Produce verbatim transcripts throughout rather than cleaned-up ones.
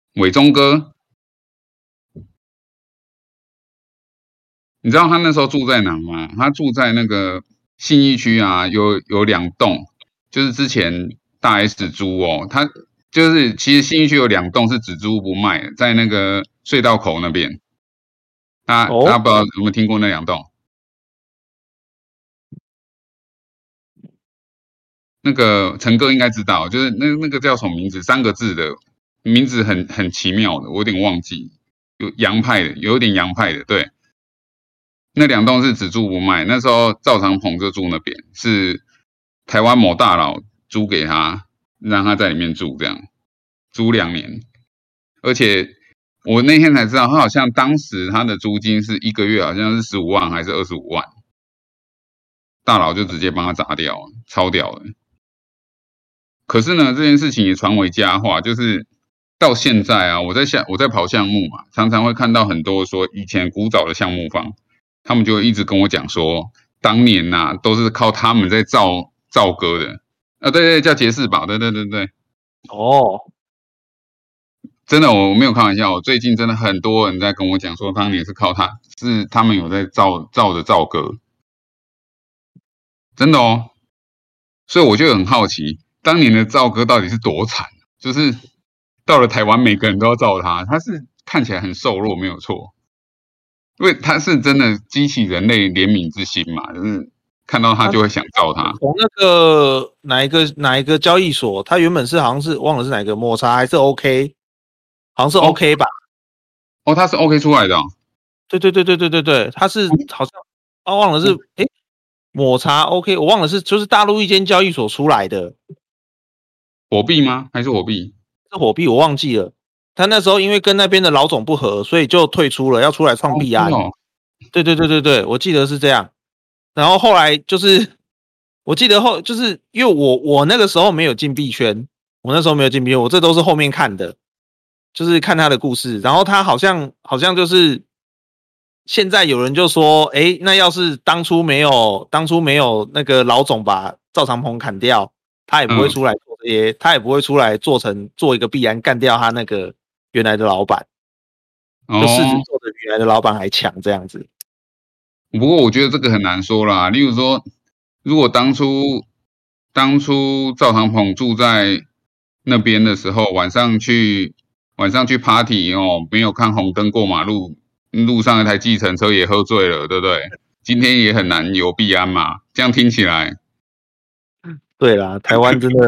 伟忠哥，你知道他那时候住在哪吗？他住在那个信义区啊，有有两栋，就是之前大 S 租哦，他就是其实信义区有两栋是只租不卖，在那个隧道口那边。大家大家哦， 不知道有没有听过那两栋？那个陈哥应该知道，就是那那个叫什么名字？三个字的名字很很奇妙的，我有点忘记。有洋派的，有点洋派的，对。那两栋是只住不卖，那时候赵长鹏就住那边，是台湾某大佬租给他，让他在里面住，这样租两年。而且我那天才知道，他好像当时他的租金是一个月好像是十五万还是二十五万，大佬就直接帮他砸掉了，超屌的。可是呢，这件事情也传为佳话，就是到现在啊，我在项我在跑项目嘛，常常会看到很多说以前古早的项目方，他们就会一直跟我讲说，当年呐、啊、都是靠他们在造造歌的啊，对对，叫杰士宝，对对对对， 哦， 真的我没有开玩笑，我最近真的很多人在跟我讲说，当年是靠他，是他们有在造造的造歌，真的哦，所以我就很好奇，当年的造歌到底是多惨，就是到了台湾，每个人都要造他，他是看起来很瘦弱，没有错，因为他是真的激起人类怜悯之心嘛，就是看到他他就会想造他。 从那个哪一个哪一个交易所，他原本是好像是忘了是哪个抹茶还是 OK，好像是 OK 吧？ 哦，他是 OK 出来的、哦。 对对对对对对对，他是好像哦忘了是哎抹茶 OK，我忘了是就是大陆一间交易所出来的， 火币吗？还是火币？ 是火币我忘记了。他那时候因为跟那边的老总不合，所以就退出了，要出来创币安。 哦， 对对对对对，我记得是这样。然后后来就是，我记得后就是因为我我那个时候没有进币圈，我那时候没有进币圈，我这都是后面看的，就是看他的故事。然后他好像好像就是现在有人就说，哎，那要是当初没有当初没有那个老总把赵长鹏砍掉，他也不会出来做这些，嗯、他也不会出来做成做一个币安干掉他那个原来的老板， 哦、 就市值做的比原来的老板还强这样子。 不过我觉得这个很难说啦。例如说，如果当初当初赵长鹏住在那边的时候，晚上去晚上去 party 哦，没有看红灯过马路，路上一台计程车也喝醉了，对不对？今天也很难有币安嘛。这样听起来， 对啦，台湾真的。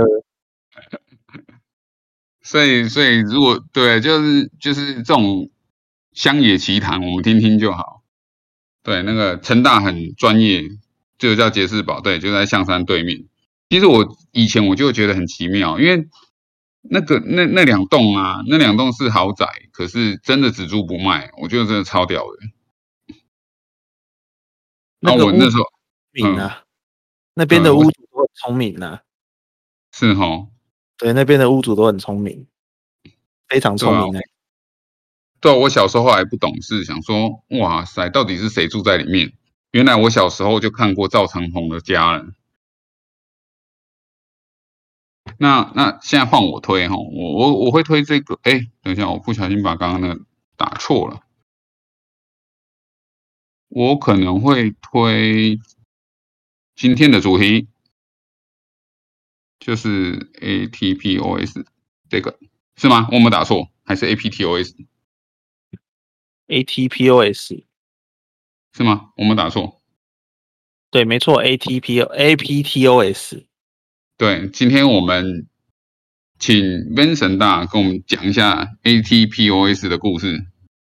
所以所以如果对，就是就是这种乡野奇谈，我们听听就好。对，那个成大很专业，这个叫杰士堡，对，就在象山对面。其实我以前我就觉得很奇妙，因为那个那那两栋啊，那两栋是豪宅，可是真的只租不卖，我觉得真的超屌的。 那个屋主我那时候， 聪明啊，那边的屋主都很聪明啊， 是齁， 对，那边的屋主都很聪明，非常聪明的、欸。 对啊，我小时候还不懂事，想说，哇塞，到底是谁住在里面？原来我小时候就看过赵长鹏的家了。那那现在换我推哈，我我我会推这个，哎，等一下，我不小心把刚刚那个打错了，我可能会推今天的主题，就是 A T P O S 这个是吗？我有没有打错？还是 A P T O S？A T P O S 是吗？我们打错。 对，没错 ，A T P A P T O S。 对，今天我们请 Vincent 大跟我们讲一下 A T P O S 的故事。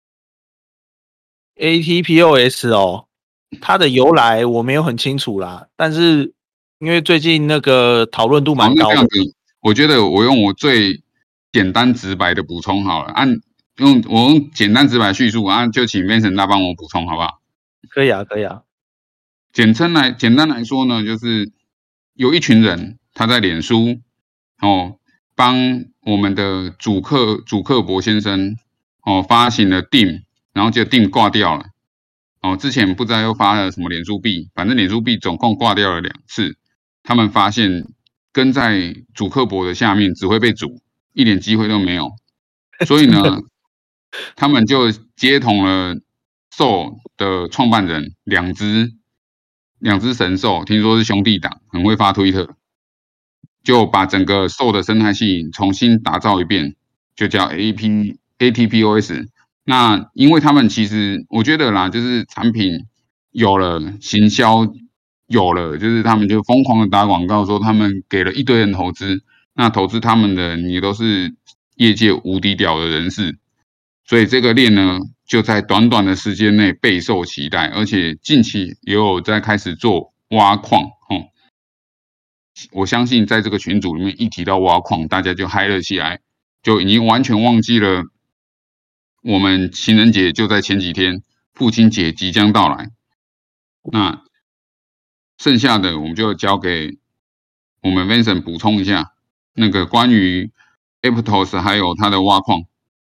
A T P O S 哦，它的由来我没有很清楚啦，但是因为最近那个讨论度蛮高的， 这样子，我觉得我用我最简单直白的补充好了，按用我用简单直白叙述，啊，就请 Vincent 大帮我补充好不好？ 可以啊，可以啊。 简称来简单来说呢，就是有一群人他在脸书哦帮我们的主客主克伯先生哦发行了 D I M， 然后就 D I M 挂掉了。哦，之前不知道又发了什么脸书币，反正脸书币总共挂掉了两次。他们发现跟在主克伯的下面只会被煮，一点机会都没有。 所以呢，他们就接同了兽的创办人两只两只神兽，听说是兄弟党，很会发推特，就把整个兽的生态系重新打造一遍，就叫 A P A T P O S。那因为他们其实我觉得啦，就是产品有了，行销有了，就是他们就疯狂的打广告，说他们给了一堆人投资，那投资他们的人也都是业界无敌屌的人士，所以这个链呢，就在短短的时间内备受期待，而且近期也有在开始做挖矿哦。我相信在这个群组里面一提到挖矿，大家就嗨了起来，就已经完全忘记了我们情人节就在前几天，父亲节即将到来。那剩下的我们就交给我们 Vincent 补充一下，那个关于 Aptos 还有它的挖矿。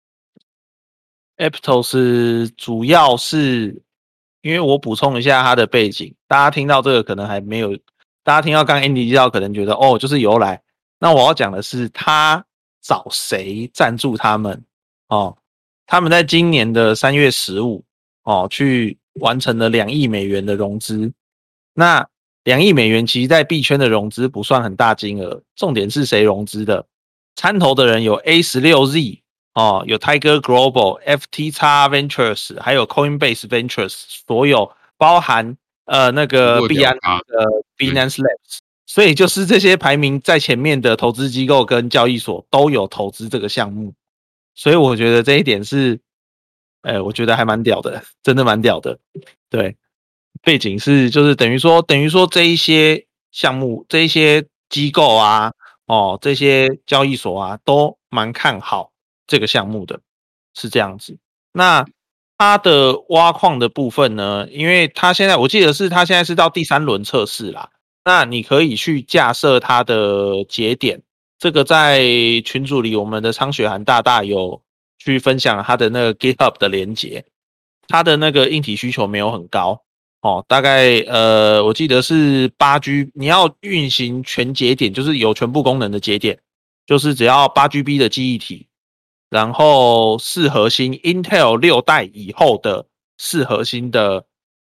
Aptos 主要是因为我补充一下它的背景，大家听到这个可能还没有，大家听到刚刚 Andy 介绍可能觉得哦就是由来，那我要讲的是他找谁赞助他们哦，他们在今年的三月十五哦去完成了两亿美元的融资，那两亿美元其实在币圈的融资不算很大金额，重点是谁融资的？参投的人有 A 十六 Z 哦，有 Tiger Global、F T X Ventures， 还有 Coinbase Ventures， 所有包含呃那个币安的 Binance Labs， 所以就是这些排名在前面的投资机构跟交易所都有投资这个项目，所以我觉得这一点是，呃，我觉得还蛮屌的，真的蛮屌的，对。背景是就是等于说等于说这一些项目这一些机构啊哦这些交易所啊都蛮看好这个项目的，是这样子。那它的挖矿的部分呢，因为它现在我记得是它现在是到第三轮测试啦，那你可以去架设它的节点，这个在群组里我们的昌雪涵大大有去分享它的那个 GitHub 的连结，它的那个硬体需求没有很高哦，大概呃，我记得是八 G， 你要运行全节点，就是有全部功能的节点，就是只要八 G B 的记忆体，然后四核心 Intel 六代以后的四核心的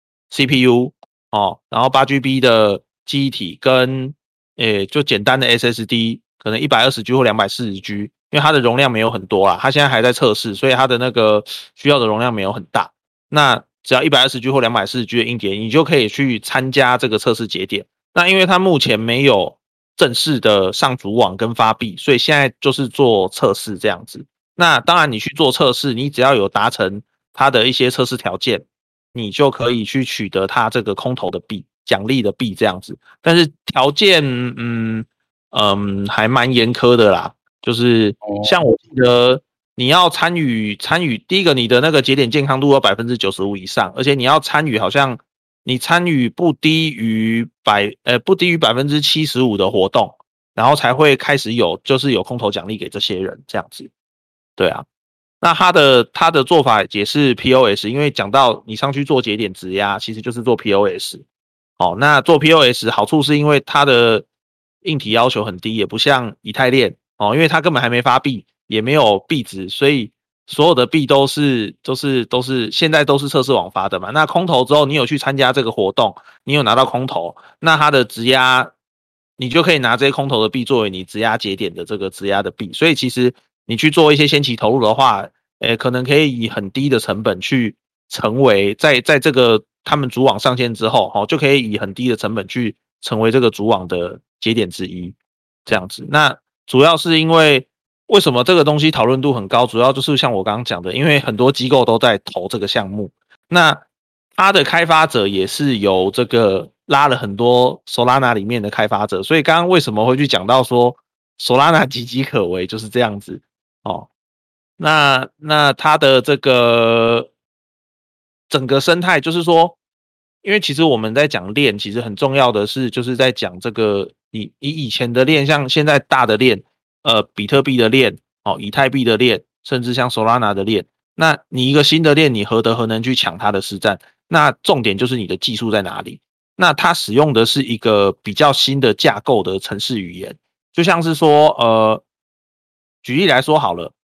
C P U 哦，然后八 G B 的记忆体跟诶就简单的 S S D， 可能一百二十 G 或两百四十 G， 因为它的容量没有很多啦，它现在还在测试，所以它的那个需要的容量没有很大。那只要一百二十 G 或两百四十 G 的硬碟，你就可以去参加这个测试节点。那因为它目前没有正式的上主网跟发币，所以现在就是做测试这样子。那当然你去做测试，你只要有达成它的一些测试条件，你就可以去取得它这个空投的币、奖励的币这样子。但是条件嗯嗯还蛮严苛的啦，就是像我记得你要参与参与，第一个你的那个节点健康度要 百分之九十五 以上，而且你要参与好像你参与不低于百呃不低于 百分之七十五 的活动，然后才会开始有就是有空投奖励给这些人这样子。对啊，那他的他的做法也是 P O S， 因为讲到你上去做节点质押，其实就是做 P O S。哦，那做 P O S 好处是因为它的硬体要求很低，也不像以太链哦，因为它根本还没发币，也没有币值，所以所有的币都是都是都是现在都是测试网发的嘛。那空投之后，你有去参加这个活动，你有拿到空投，那它的质押你就可以拿这些空投的币作为你质押节点的这个质押的币，所以其实你去做一些先期投入的话，诶，可能可以以很低的成本去成为在在这个他们主网上线之后，哦，就可以以很低的成本去成为这个主网的节点之一，这样子。那主要是因为为什么这个东西讨论度很高，主要就是像我刚刚讲的，因为很多机构都在投这个项目，那它的开发者也是由这个拉了很多 Solana 里面的开发者，所以刚刚为什么会去讲到说 Solana 岌岌可危，就是这样子哦。那那它的这个整个生态就是说，因为其实我们在讲链，其实很重要的是就是在讲这个以以以前的链，像现在大的链，呃，比特币的链，哦，以太币的链，甚至像 Solana 的链，那你一个新的链，你何德何能去抢它的实战？那重点就是你的技术在哪里？那它使用的是一个比较新的架构的程式语言，就像是说，呃，举例来说好了。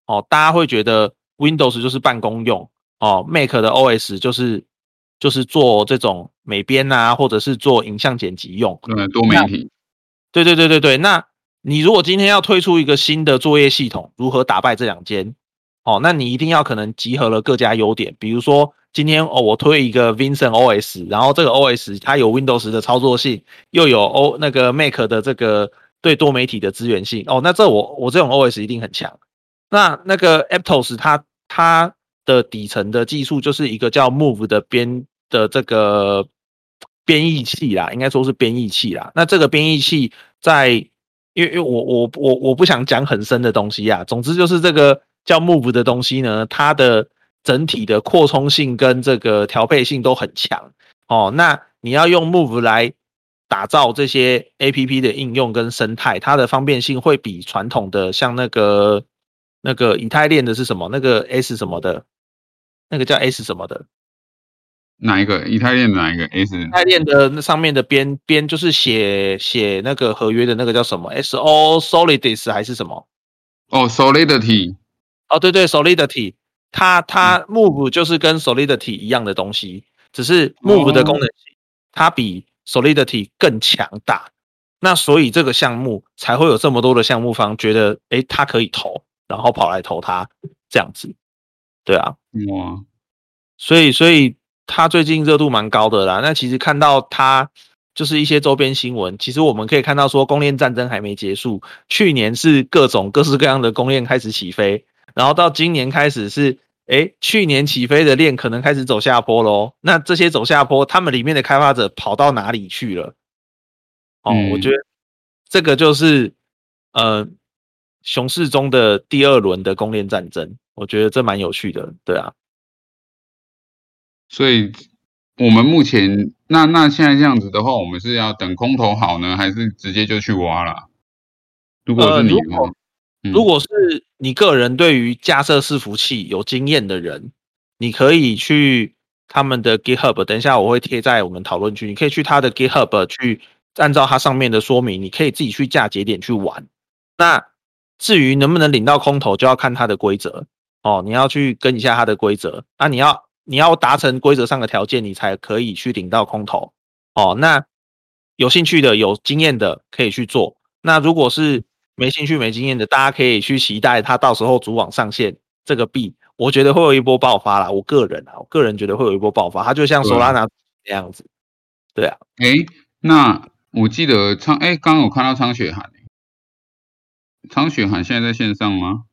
哦，大家会觉得 Windows 就是办公用哦 ，Mac 的 O S 就是就是做这种美编啊，或者是做影像剪辑用， 对，多媒体。 对对对对对，那你如果今天要推出一个新的作业系统，如何打败这两间？哦，那你一定要可能集合了各家优点，比如说今天哦，我推一个 Vincent O S， 然后这个 O S 它有 Windows 的操作性，又有 O 那个 Mac 的这个对多媒体的资源性，哦，那这我我这种 O S 一定很强。那那个 Aptos 它它的底层的技术就是一个叫 Move 的编的这个编译器啦，应该说是编译器啦。那这个编译器在因为因为我我我我不想讲很深的东西啊，总之就是这个叫 Move 的东西呢，它的整体的扩充性跟这个调配性都很强哦。那你要用 Move 来打造这些 A P P 的应用跟生态，它的方便性会比传统的像那个那个以太链的是什么？那个 S 什么的，那个叫 S 什么的。 哪一个？以太链的哪一个 S？ 以太链的那上面的编编就是写写那个合约的那个叫什么 ？S O Solidity 还是什么？ 哦 ，Solidity。 哦，对对 ，Solidity， 它它 Move 就是跟 Solidity 一样的东西，只是 Move 的功能性它比 Solidity 更强大。那所以这个项目才会有这么多的项目方觉得，诶，它可以投，然后跑来投它这样子。对啊， 哇， 所以所以它最近热度蛮高的啦。那其实看到它就是一些周边新闻，其实我们可以看到说，公链战争还没结束，去年是各种各式各样的公链开始起飞。然后到今年开始是，诶，去年起飞的链可能开始走下坡咯。那这些走下坡，他们里面的开发者跑到哪里去了？哦， 嗯、 我觉得这个就是呃熊市中的第二轮的公链战争，我觉得这蛮有趣的，对啊。 所以我们目前那那现在这样子的话，我们是要等空头好呢，还是直接就去挖啦？如果是你的话。 呃，如果是你个人对于架设伺服器有经验的人，你可以去他们的 GitHub， 等一下我会贴在我们讨论区，你可以去他的 GitHub 去按照它上面的说明，你可以自己去架节点去玩。那至于能不能领到空投，就要看它的规则哦，你要去跟一下它的规则啊，你要你要达成规则上的条件，你才可以去领到空投哦。那有兴趣的、有经验的可以去做。那如果是没兴趣、没经验的，大家可以去期待它到时候主网上线这个币，我觉得会有一波爆发啦。我个人啊，我个人觉得会有一波爆发，它就像索拉纳那样子。对啊， 哎，那我记得苍哎，刚刚有看到苍雪涵，苍雪涵现在在线上吗？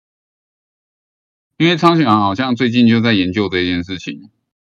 因为苍雪涵好像最近就在研究这件事情。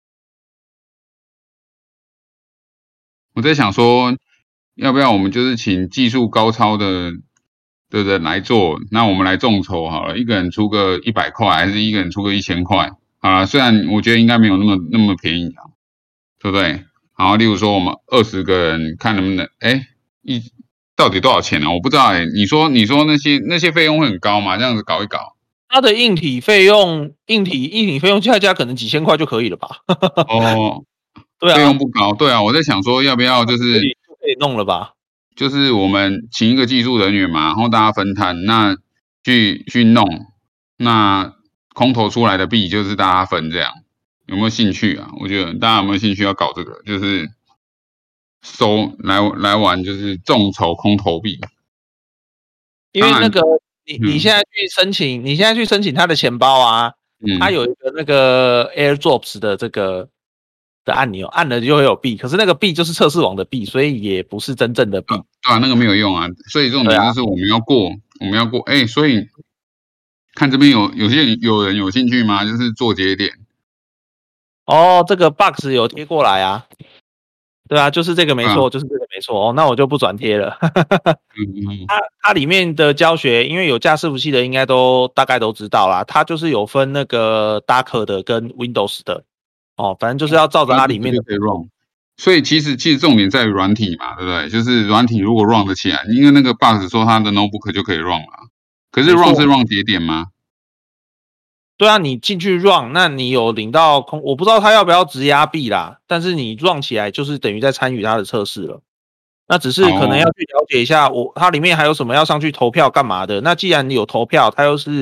我在想说，要不要我们就是请技术高超的的人来做，那我们来众筹好了，一个人出个一百块，还是一个人出个一千块？啊，虽然我觉得应该没有那么那么便宜啊，对不对？然后例如说我们二十个人看能不能，哎，一到底多少钱啊？我不知道哎，你说你说那些那些费用会很高吗？这样子搞一搞， 它的硬体费用、硬体硬体费用加一加可能几千块就可以了吧？ 哦， 对啊， 费用不高，对啊，我在想说要不要就是就可以弄了吧？ 就是我们请一个技术人员嘛，然后大家分摊，那去去弄，那空投出来的币就是大家分这样，有没有兴趣啊？我觉得大家有没有兴趣要搞这个，就是收来来玩，就是众筹空投币。 因为那个你你现在去申请，你现在去申请他的钱包啊， 嗯， 它有一个那个 AirDrops 的这个的按钮，按了就会有币，可是那个币就是测试网的币，所以也不是真正的币。 对啊，那个没有用啊，所以重点就是我们要过，我们要过，哎，所以看这边有有些有人有兴趣吗？就是做节点。 哦，这个 box 有贴过来啊，对啊，就是这个没错， 啊、 就是这个没错哦，那我就不转贴了。 嗯它它里面的教学，因为有架伺服器的，应该都大概都知道啦。它就是有分那个 Docker 的跟 Windows 的哦，反正就是要照着它里面的可以 run。所以其实其实重点在于软体嘛，对不对？就是软体如果 run 得起来，因为那个 box 说它的 notebook 就可以 run 了，可是 run 是 run 节点吗？ 对啊，你进去 run， 那你有领到空，我不知道他要不要质押币啦，但是你 run 起来就是等于在参与他的测试了。那只是可能要去了解一下，我它里面还有什么要上去投票干嘛的。那既然你有投票，它又是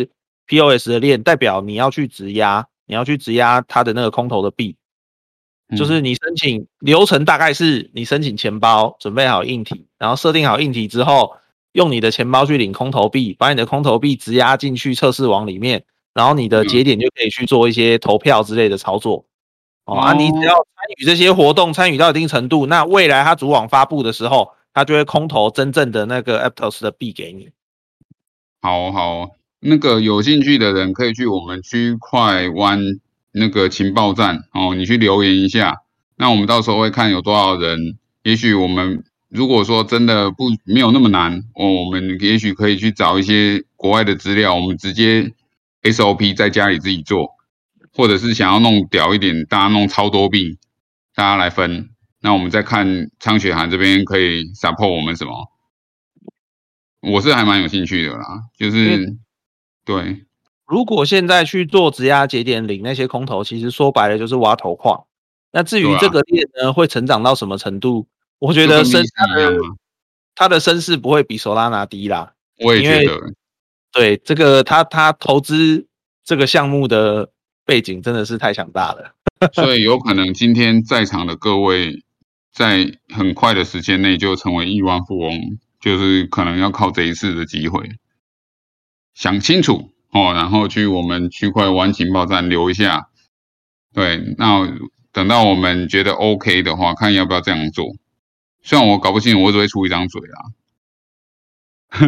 P O S 的链，代表你要去质押，你要去质押它的那个空头的币。就是你申请流程大概是你申请钱包，准备好硬体，然后设定好硬体之后，用你的钱包去领空投币，把你的空投币质押进去测试网里面，然后你的节点就可以去做一些投票之类的操作。哦啊，你只要参与这些活动，参与到一定程度，那未来它主网发布的时候，它就会空投真正的那个 Aptos 的币给你。 好好，那个有兴趣的人可以去我们区块湾那个情报站哦，你去留言一下，那我们到时候会看有多少人。也许我们如果说真的不没有那么难，哦，我们也许可以去找一些国外的资料，我们直接 S O P 在家里自己做，或者是想要弄屌一点，大家弄超多币，大家来分。那我们再看昌雪涵这边可以 support 我们什么。我是还蛮有兴趣的啦，就是对。 如果现在去做质押节点领那些空头，其实说白了就是挖头矿。那至于这个链呢，会成长到什么程度？我觉得升它的它的声势不会比 Solana 低啦。 我也觉得， 对这个他他投资这个项目的背景真的是太强大了。 所以有可能今天在场的各位，在很快的时间内就成为亿万富翁。就是可能要靠这一次的机会，想清楚哦，然后去我们区块湾情报站留一下。对，那等到我们觉得 OK 的话，看要不要这样做。虽然我搞不清楚，我只会出一张嘴啦。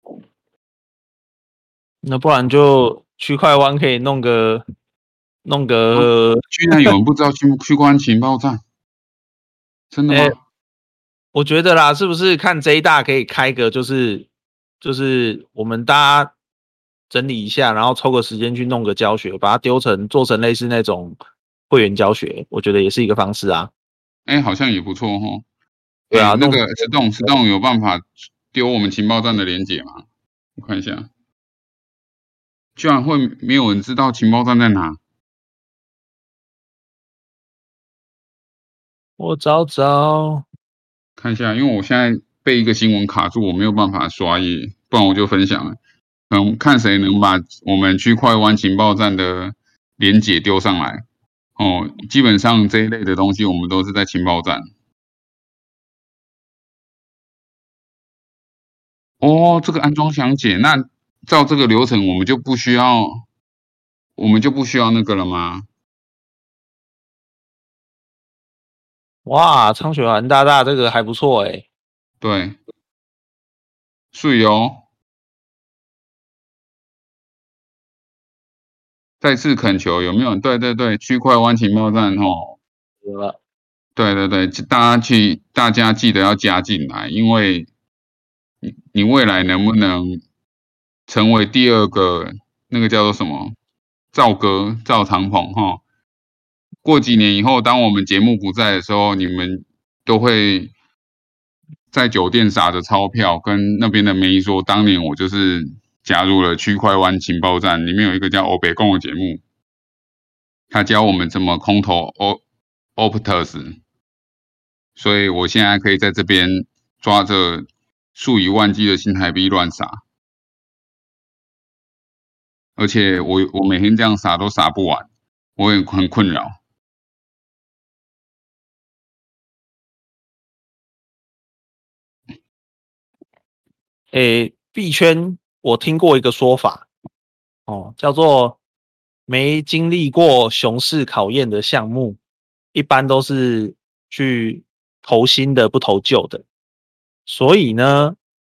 那不然就区块湾可以弄个弄个、 啊，居然有人不知道区区块湾情报站，真的吗？ 欸我觉得啦，是不是看 J 大可以开个就是就是我们大家整理一下，然后抽个时间去弄个教学，把它丢成做成类似那种会员教学，我觉得也是一个方式啊。 哎、欸，好像也不错哦。 对啊， 欸、那个石洞石洞有办法丢我们情报站的连结吗？我看一下，居然会没有人知道情报站在哪？ 我找找。 看一下，因为我现在被一个新闻卡住，我没有办法刷页，不然我就分享了。嗯，看谁能把我们区块湾情报站的连结丢上来。哦，基本上这一类的东西，我们都是在情报站。哦，这个安装详解，那照这个流程，我们就不需要，我们就不需要那个了吗？ 哇，昌雪涵大大这个还不错哎、欸。 对，是哦。再次恳求有没有？对对对，区块湾情报站哦。 有了。 对对对，大家去，大家记得要加进来，因为你你未来能不能成为第二个那个叫做什么赵哥赵长鹏哈？过几年以后，当我们节目不在的时候，你们都会在酒店撒着钞票，跟那边的梅姨说，当年我就是加入了区块湾情报站，里面有一个叫欧北共的节目，他教我们怎么空投 Optus。所以我现在可以在这边抓着数以万计的新台币乱撒，而且我我每天这样撒都撒不完，我也很困扰。 诶，币圈我听过一个说法，哦，叫做没经历过熊市考验的项目，一般都是去投新的不投旧的。所以呢，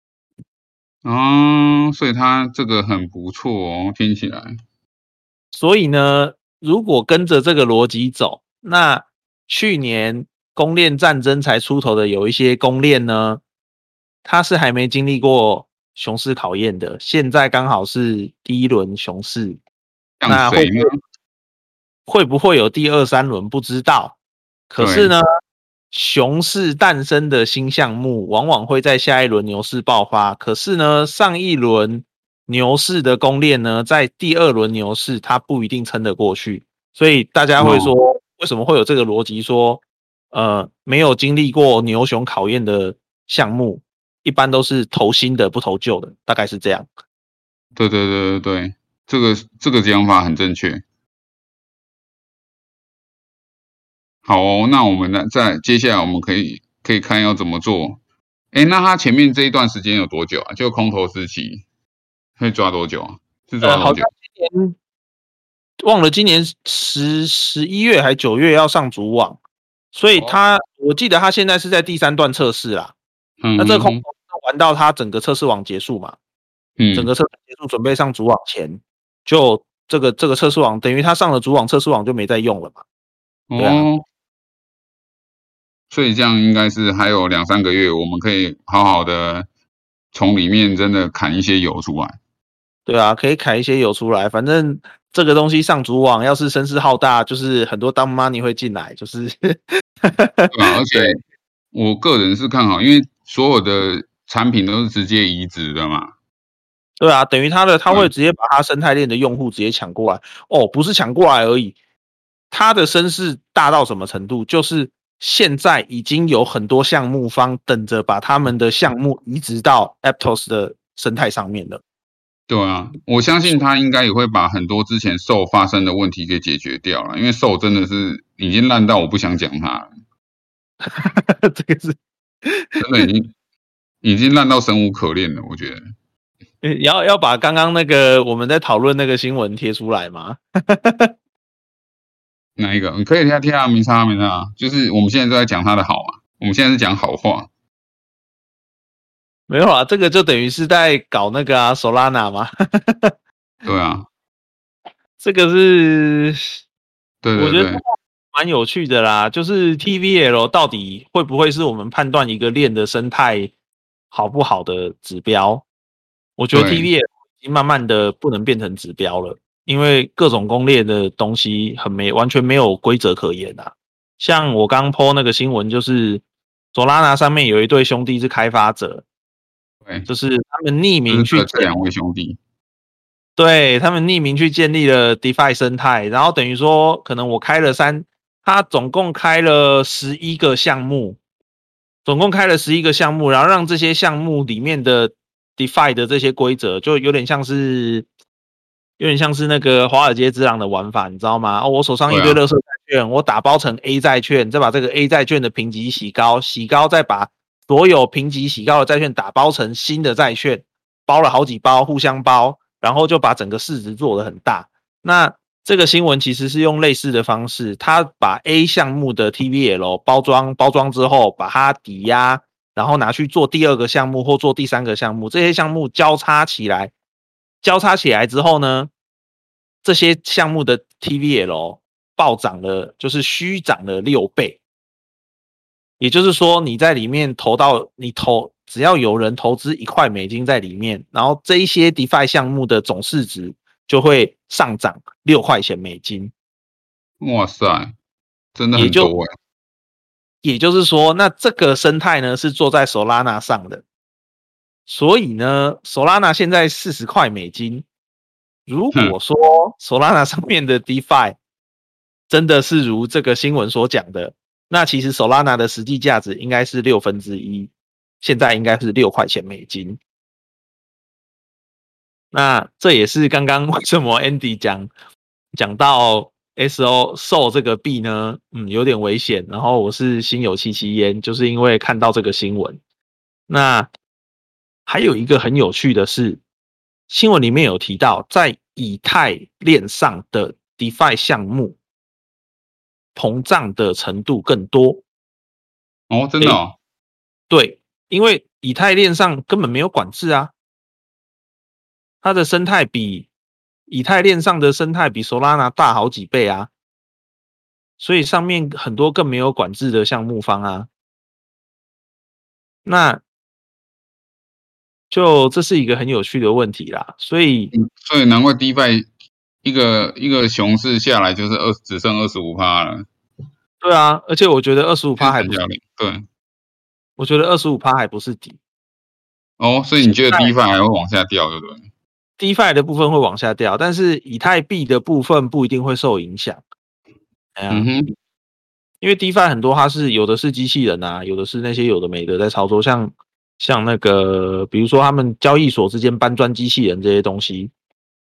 嗯，所以它这个很不错哦，听起来。 所以呢，如果跟着这个逻辑走，那去年公链战争才出头的有一些公链呢，它是还没经历过熊市考验的，现在刚好是第一轮熊市，那会不会会不会有第二三轮不知道，可是呢，熊市诞生的新项目往往会在下一轮牛市爆发，可是呢，上一轮牛市的公链呢，在第二轮牛市它不一定撑得过去，所以大家会说，哦，为什么会有这个逻辑说，呃，没有经历过牛熊考验的项目，一般都是投新的不投旧的，大概是这样。 对对对对对， 这个这个讲法很正确。好哦，那我们呢，再接下来我们可以可以看要怎么做。哎，那他前面这一段时间有多久啊？就空头时期会抓多久啊？是抓呃， 多久？ 好像今年忘了今年十十一月还九月要上主网，所以他、哦、我记得他现在是在第三段测试啦。嗯，那这个空头玩到他整个测试网结束嘛？嗯，整个测试结束准备上主网前，就这个这个测试网等于他上了主网，测试网就没再用了嘛。对啊。哦， 所以这样应该是还有两三个月，我们可以好好的从里面真的砍一些油出来。 对啊，可以砍一些油出来，反正这个东西上主网，要是声势浩大，就是很多当 money 会进来，就是对啊，而且我个人是看好，因为所有的产品都是直接移植的嘛。 对啊，等于他的他会直接把他生态链的用户直接抢过来。哦，不是抢过来而已，他的声势大到什么程度？就是现在已经有很多项目方等着把他们的项目移植到 Aptos 的生态上面了。 对啊，我相信他应该也会把很多之前受发生的问题给解决掉了，因为受真的是已经烂到我不想讲它了。 这个是真的已经已经烂到生无可恋了，我觉得。 要要把刚刚那个我们在讨论那个新闻贴出来吗？ 哪一个？你可以贴贴啊，没差没差。就是我们现在都在讲他的好啊，我们现在是讲好话。 没有啊，这个就等于是在搞那个啊 Solana 嘛。 对啊， 这个是， 对对对， 我觉得蛮有趣的啦。就是 T V L 到底会不会是我们判断一个链的生态好不好的指标？我觉得 T V L 已经慢慢的不能变成指标了，因为各种公链的东西很没完全没有规则可言啊。像我刚 po 那个新闻，就是 Solana 上面有一对兄弟是开发者。 对， 就是他们匿名去这两位兄弟， 对他们匿名去建立了 DeFi 生态，然后等于说，可能我开了三，他总共开了十一个项目，总共开了十一个项目，然后让这些项目里面的 DeFi 的这些规则，就有点像是，有点像是那个华尔街之狼的玩法，你知道吗？哦，我手上一堆垃圾债券，我打包成 A 债券，再把这个 A 债券的评级洗高，洗高再把所有评级洗高的债券打包成新的债券，包了好几包，互相包，然后就把整个市值做得很大。那这个新闻其实是用类似的方式，他把 A 项目的 T V L 包装包装之后，把它抵押，然后拿去做第二个项目或做第三个项目，这些项目交叉起来，交叉起来之后呢，这些项目的 T V L 暴涨了，就是虚涨了六倍。也就是说，你在里面投到你投，只要有人投资一块美金在里面，然后这一些 DeFi 项目的总市值就会上涨六块钱美金。 哇塞，真的很多哎。 也就是说，那这个生态呢是做在 Solana 上的，所以呢 ，Solana 现在四十块美金。如果说 Solana 上面的 DeFi 真的是如这个新闻所讲的，那其实 Solana 的实际价值应该是六分之一，现在应该是六块钱美金。那这也是刚刚为什么 Andy 讲讲到 S O S O 这个币呢，嗯，有点危险。然后我是心有戚戚焉，就是因为看到这个新闻。那还有一个很有趣的是，新闻里面有提到，在以太链上的 DeFi 项目膨胀的程度更多。 哦，真的哦？ 对，因为以太链上根本没有管制啊，它的生态比以太链上的生态比 Solana 大好几倍啊，所以上面很多更没有管制的项目方啊，那就这是一个很有趣的问题啦，所以、 嗯、所以难怪 DeFi 一个一个熊市下来就是二只剩 百分之二十五 了。 对啊，而且我觉得 百分之二十五 还不是对， 我觉得 百分之二十五 还不是底。 哦，所以你觉得 DeFi 还会往下掉，对不对 ？DeFi 的部分会往下掉，但是以太币的部分不一定会受影响。嗯哼，因为 DeFi 很多它是有的是机器人啊，有的是那些有的没的在操作，像像那个比如说他们交易所之间搬砖机器人这些东西，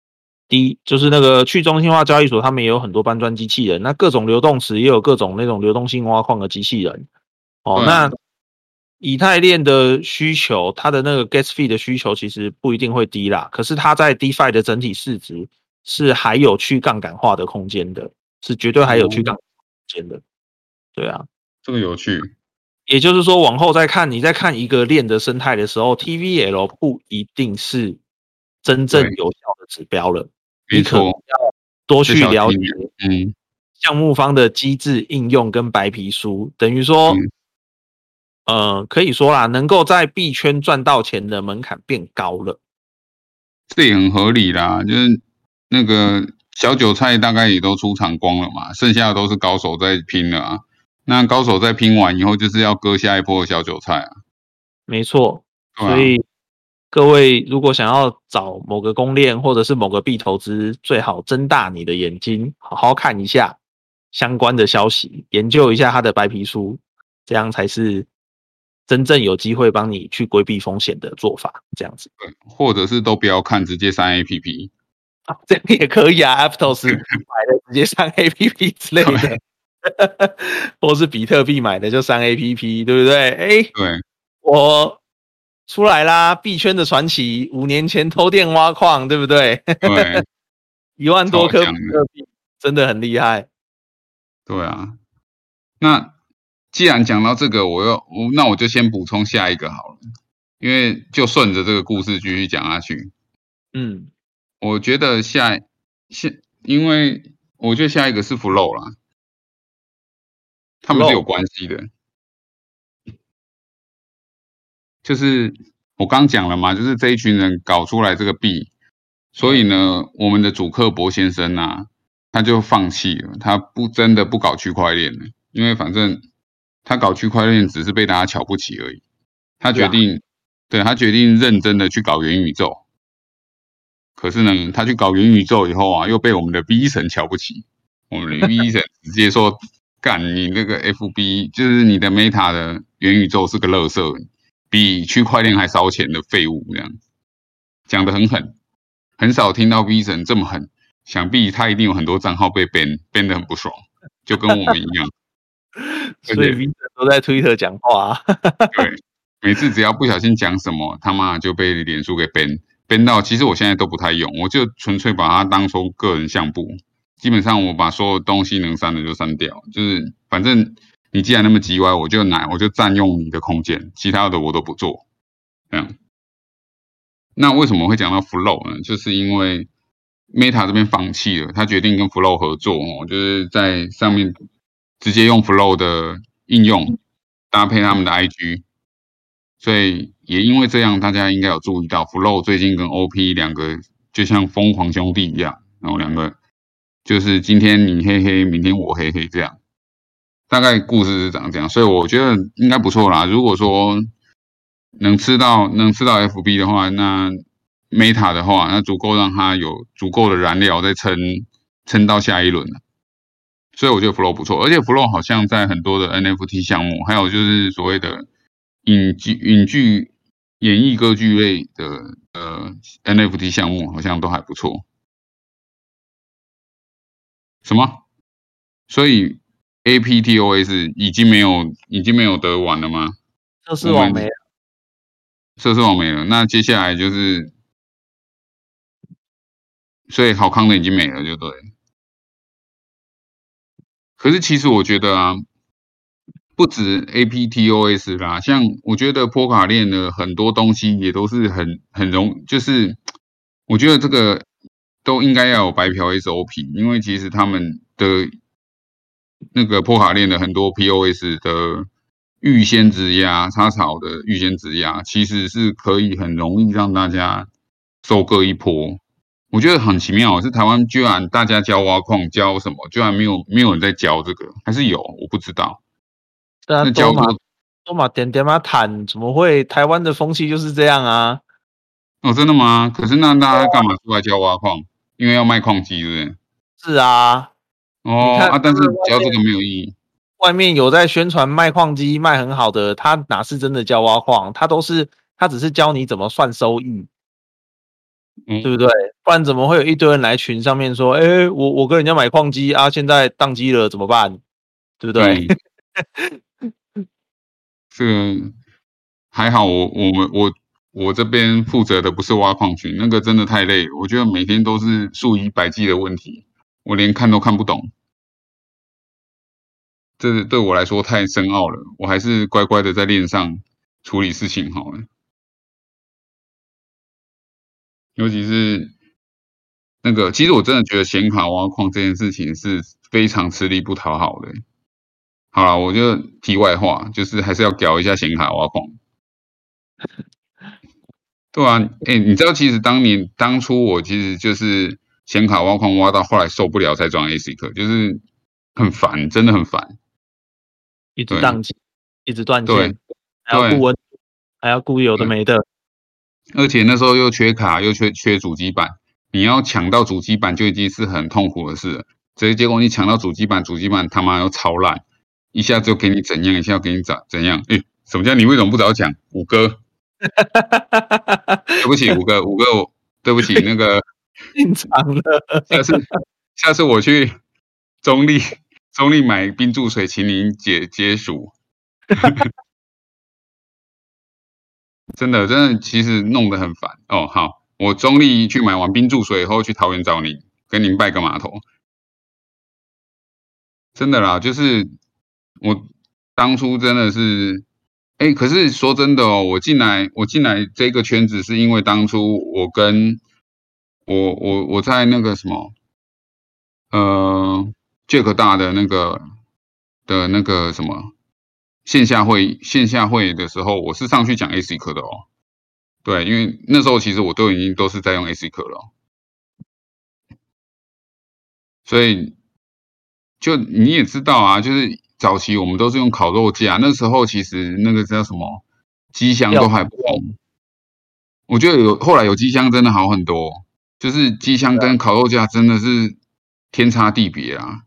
第一就是那个去中心化交易所，他们也有很多搬砖机器人，那各种流动池也有各种那种流动性挖矿的机器人。哦， 对啊那以太链的需求，它的那个 gas fee 的需求其实不一定会低啦，可是它在 DeFi 的整体市值是还有去杠杆化的空间的，是绝对还有去杠杆化空间的。对啊， 这个有趣。 也就是说，往后再看，你在看一个链的生态的时候 ，T V L 不一定是真正有效的指标了。 没错， 你可能要多去了解嗯项目方的机制应用跟白皮书，等于说，嗯、呃，可以说啦，能够在币圈赚到钱的门槛变高了。 这也很合理啦，就是那个小韭菜大概也都出场光了嘛，剩下的都是高手在拼了啊。那高手在拼完以后，就是要割下一波的小韭菜啊。 没错， 啊、 所以各位如果想要找某个公链或者是某个币投资，最好睁大你的眼睛，好好看一下相关的消息，研究一下它的白皮书，这样才是真正有机会帮你去规避风险的做法。这样子， 对，或者是都不要看，直接上 A P P。 啊，这样也可以啊 ，Aptos 买了直接上 A P P 之类的。或是比特币买的就上 A P P， 对不对？哎， 对， 我出来啦！币圈的传奇，五年前偷电挖矿，对不对？ 对， 一万多颗比特币，真的很厉害。 对啊，那既然讲到这个，我又我那我就先补充下一个好了，因为就顺着这个故事继续讲下去。 嗯， 我觉得下下，因为我觉得下一个是 Flow 啦。他们是有关系的，就是我刚讲了嘛，就是这一群人搞出来这个币，所以呢，我们的主克伯先生啊，他就放弃了，他不真的不搞区块链了，因为反正他搞区块链只是被大家瞧不起而已，他决定，对他决定认真的去搞元宇宙，可是呢，他去搞元宇宙以后啊，又被我们的 V 神瞧不起，我们的 V 神直接说。干你那个 F B 就是你的 Meta 的元宇宙是个垃圾，比区块链还烧钱的废物，这样讲得很狠，很少听到 V 神这么狠，想必他一定有很多账号被 ban ban 得很不爽，就跟我们一样。 所以 V 神都在 Twitter 讲话、啊。 对，每次只要不小心讲什么，他妈就被脸书给 ban ban 到，其实我现在都不太用，我就纯粹把它当成个人相簿。基本上我把所有东西能删的就删掉，就是反正你既然那么叽歪，我就拿我就占用你的空间，其他的我都不做。这样，那为什么会讲到 Flow 呢？就是因为 Meta 这边放弃了，他决定跟 Flow 合作哦，就是在上面直接用 Flow 的应用搭配他们的 I G， 所以也因为这样，大家应该有注意到 Flow 最近跟 O P 两个就像疯狂兄弟一样，然后两个。就是今天你嘿嘿，明天我嘿嘿这样，大概故事是长这样，所以我觉得应该不错啦。如果说能吃到能吃到 F B 的话，那 Meta 的话，那足够让它有足够的燃料再撑撑到下一轮了。所以我觉得 Flow 不错，而且 Flow 好像在很多的 N F T 项目，还有就是所谓的影剧、影剧、演艺歌剧类的呃 N F T 项目，好像都还不错。什么？所以 A P T O S 已经没有已经没有得玩了吗？ 测试网没了， 测试网没了。那接下来就是，所以好康的已经没了，就对。可是其实我觉得啊，不止 A P T O S 啦，像我觉得波卡链的很多东西也都是很很容，就是我觉得这个都应该要有白嫖 S O P， 因为其实他们的那个波卡链的很多 P O S 的预先质押、插槽的预先质押，其实是可以很容易让大家收割一波。我觉得很奇妙，是台湾居然大家教挖矿教什么，居然没有没有人在教这个，还是有我不知道。 对啊，那教嘛都嘛点点嘛谈，怎么会台湾的风气就是这样啊？ 哦，真的吗？可是那大家干嘛出来教挖矿？因为要卖矿机，对不对？ 是啊。 哦， 你看啊，但是教这个没有意义。 外面有在宣传卖矿机卖很好的，他哪是真的教挖矿？他都是他只是教你怎么算收益。 嗯， 对不对？不然怎么会有一堆人来群上面说，哎，我我跟人家买矿机啊，现在宕机了怎么办？对不对？ 嗯，这个还好我，我们我我这边负责的不是挖矿群，那个真的太累了，我觉得每天都是数以百计的问题，我连看都看不懂，这对我来说太深奥了，我还是乖乖的在链上处理事情好了。尤其是那个，其实我真的觉得显卡挖矿这件事情是非常吃力不讨好的。好啦，我就题外话，就是还是要搞一下显卡挖矿。对啊，哎、你知道其实当年当初我其实就是显卡挖矿挖到后来受不了才装 A S I C，就是很烦，真的很烦。 一直对宕机，一直断对线，还要顾对温，还要顾有的对， 没的。 而且那时候又缺卡，又缺缺主机板，你要抢到主机板就已经是很痛苦的事了。所以结果你抢到主机板，主机板他妈又超烂，一下就给你怎样，一下给你怎怎样。诶，什么叫你为什么不早讲？五哥，对不起，五哥，五哥，我对不起，那个进场了， 下次下次我去中立中立买冰注水，请您解解暑。真的真的，其实弄得很烦哦。好，我中立去买完冰注水以后，去桃园找您，跟您拜个码头。真的啦，就是我当初真的是，哎，可是说真的哦，我进来我进来这个圈子是因为当初我跟我我我在那个什么呃 Jack 大的那个的那个什么线下会线下会的时候，我是上去讲 A C 课的哦。对，因为那时候其实我都已经都是在用 A C 课了哦，所以就你也知道啊，就是早期我们都是用烤肉架，那时候其实那个叫什么机箱都还不红。我觉得有后来有机箱真的好很多，就是机箱跟烤肉架真的是天差地别啊。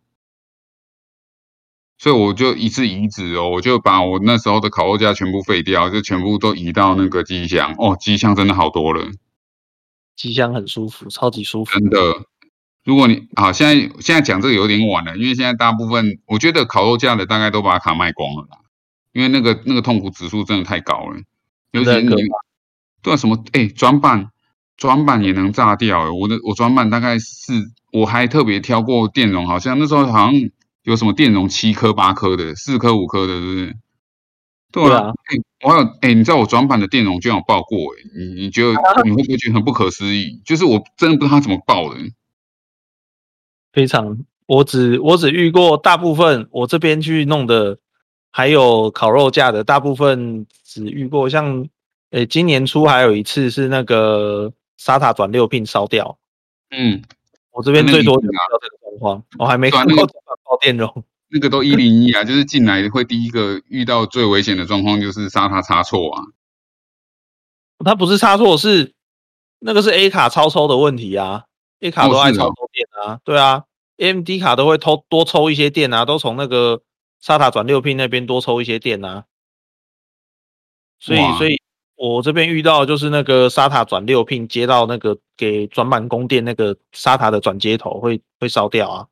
所以我就一次移植哦，我就把我那时候的烤肉架全部废掉，就全部都移到那个机箱。哦，机箱真的好多了， 机箱很舒服，超级舒服。 真的。如果你好，现在现在讲这个有点晚了，因为现在大部分我觉得烤肉架的大概都把卡卖光了啦，因为那个那个痛苦指数真的太高了，尤其是你对啊什么哎转板转板也能炸掉欸，我的我转板大概是我还特别挑过电容，好像那时候好像有什么电容七颗八颗的，四颗五颗的，是不是？对啊， 对啊， 哎、我还有哎、你知道我转板的电容居然有爆过哎、你你觉得你会不会觉得很不可思议？就是我真的不知道他怎么爆的。 非常。我只我只遇过大部分我这边去弄的，还有烤肉架的，大部分只遇过像，诶，今年初还有一次是那个沙塔转六 pin 烧掉， 嗯， 我这边那最多就遇一定啊， 到这个状况，我还没对啊，那个看过这个爆电容。 那个都一零一啊，就是进来会第一个遇到最危险的状况就是沙塔插错啊。 它不是插错，是那个是 A 卡超抽的问题啊，A 卡哦， 都爱超是哦， 抽电啊，对啊，A M D 卡都会偷多抽一些电啊，都从那个沙塔转六 pin 那边多抽一些电啊，所以所哇， 以我这边遇到就是那个沙塔转六 pin 接到那个给转板供电那个沙塔的转接头会会烧掉啊，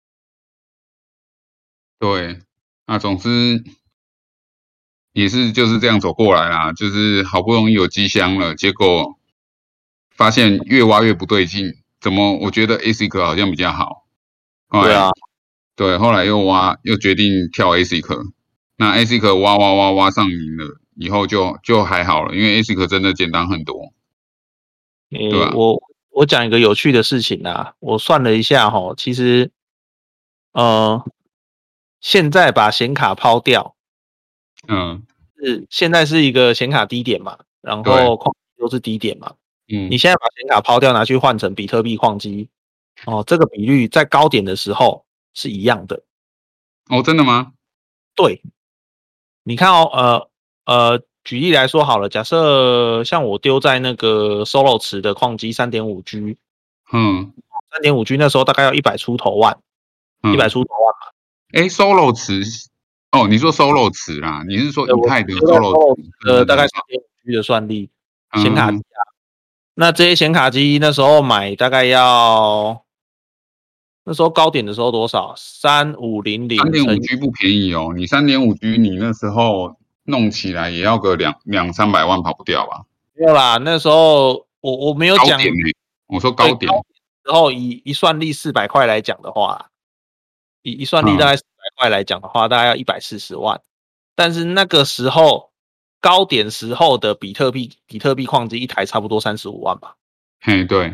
对，那总之也是就是这样走过来啦，就是好不容易有机箱了，结果发现越挖越不对劲，怎么我觉得 A C 壳好像比较好，后来对啊， 对，后来又挖又决定跳 A C 壳，那 A C 壳挖挖挖挖上瘾了，以后就就还好了，因为 A C 壳真的简单很多，对诶、 吧？ 我我讲一个有趣的事情啊，我算了一下哈，其实呃现在把显卡抛掉。 嗯， 是现在是一个显卡低点嘛，然对， 后矿机都是低点嘛。你嗯， 现在把显卡抛掉，拿去换成比特币矿机，哦，这个比率在高点的时候是一样的。 哦，真的吗？ 对，你看哦，呃呃，举例来说好了，假设像我丢在那个 Solo 池的矿机 三点五 G， 嗯三点五 G 那时候大概要一百出头万，一百嗯。 出头万嘛。 哎，solo 池哦，你说 solo 池啦？你是说对，我以太的丢在 solo Solo 池池？对的大概对对， 三点五 G 的算力，显卡机嗯啊， 那这些显卡机那时候买大概要，那时候高点的时候多少？三五零零。 三点五 G 不便宜哦，你三点五 G 你那时候弄起来也要个两两三百万跑不掉吧？ 没有啦，那时候我我没有讲高点呢、欸，我说高点。 然后以一算力四百块来讲的话，以一算力大概四百块来讲的话，嗯、大概要一百四十万。但是那个时候高点时候的比特币比特币矿机一台差不多三十五万吧。 嘿，对，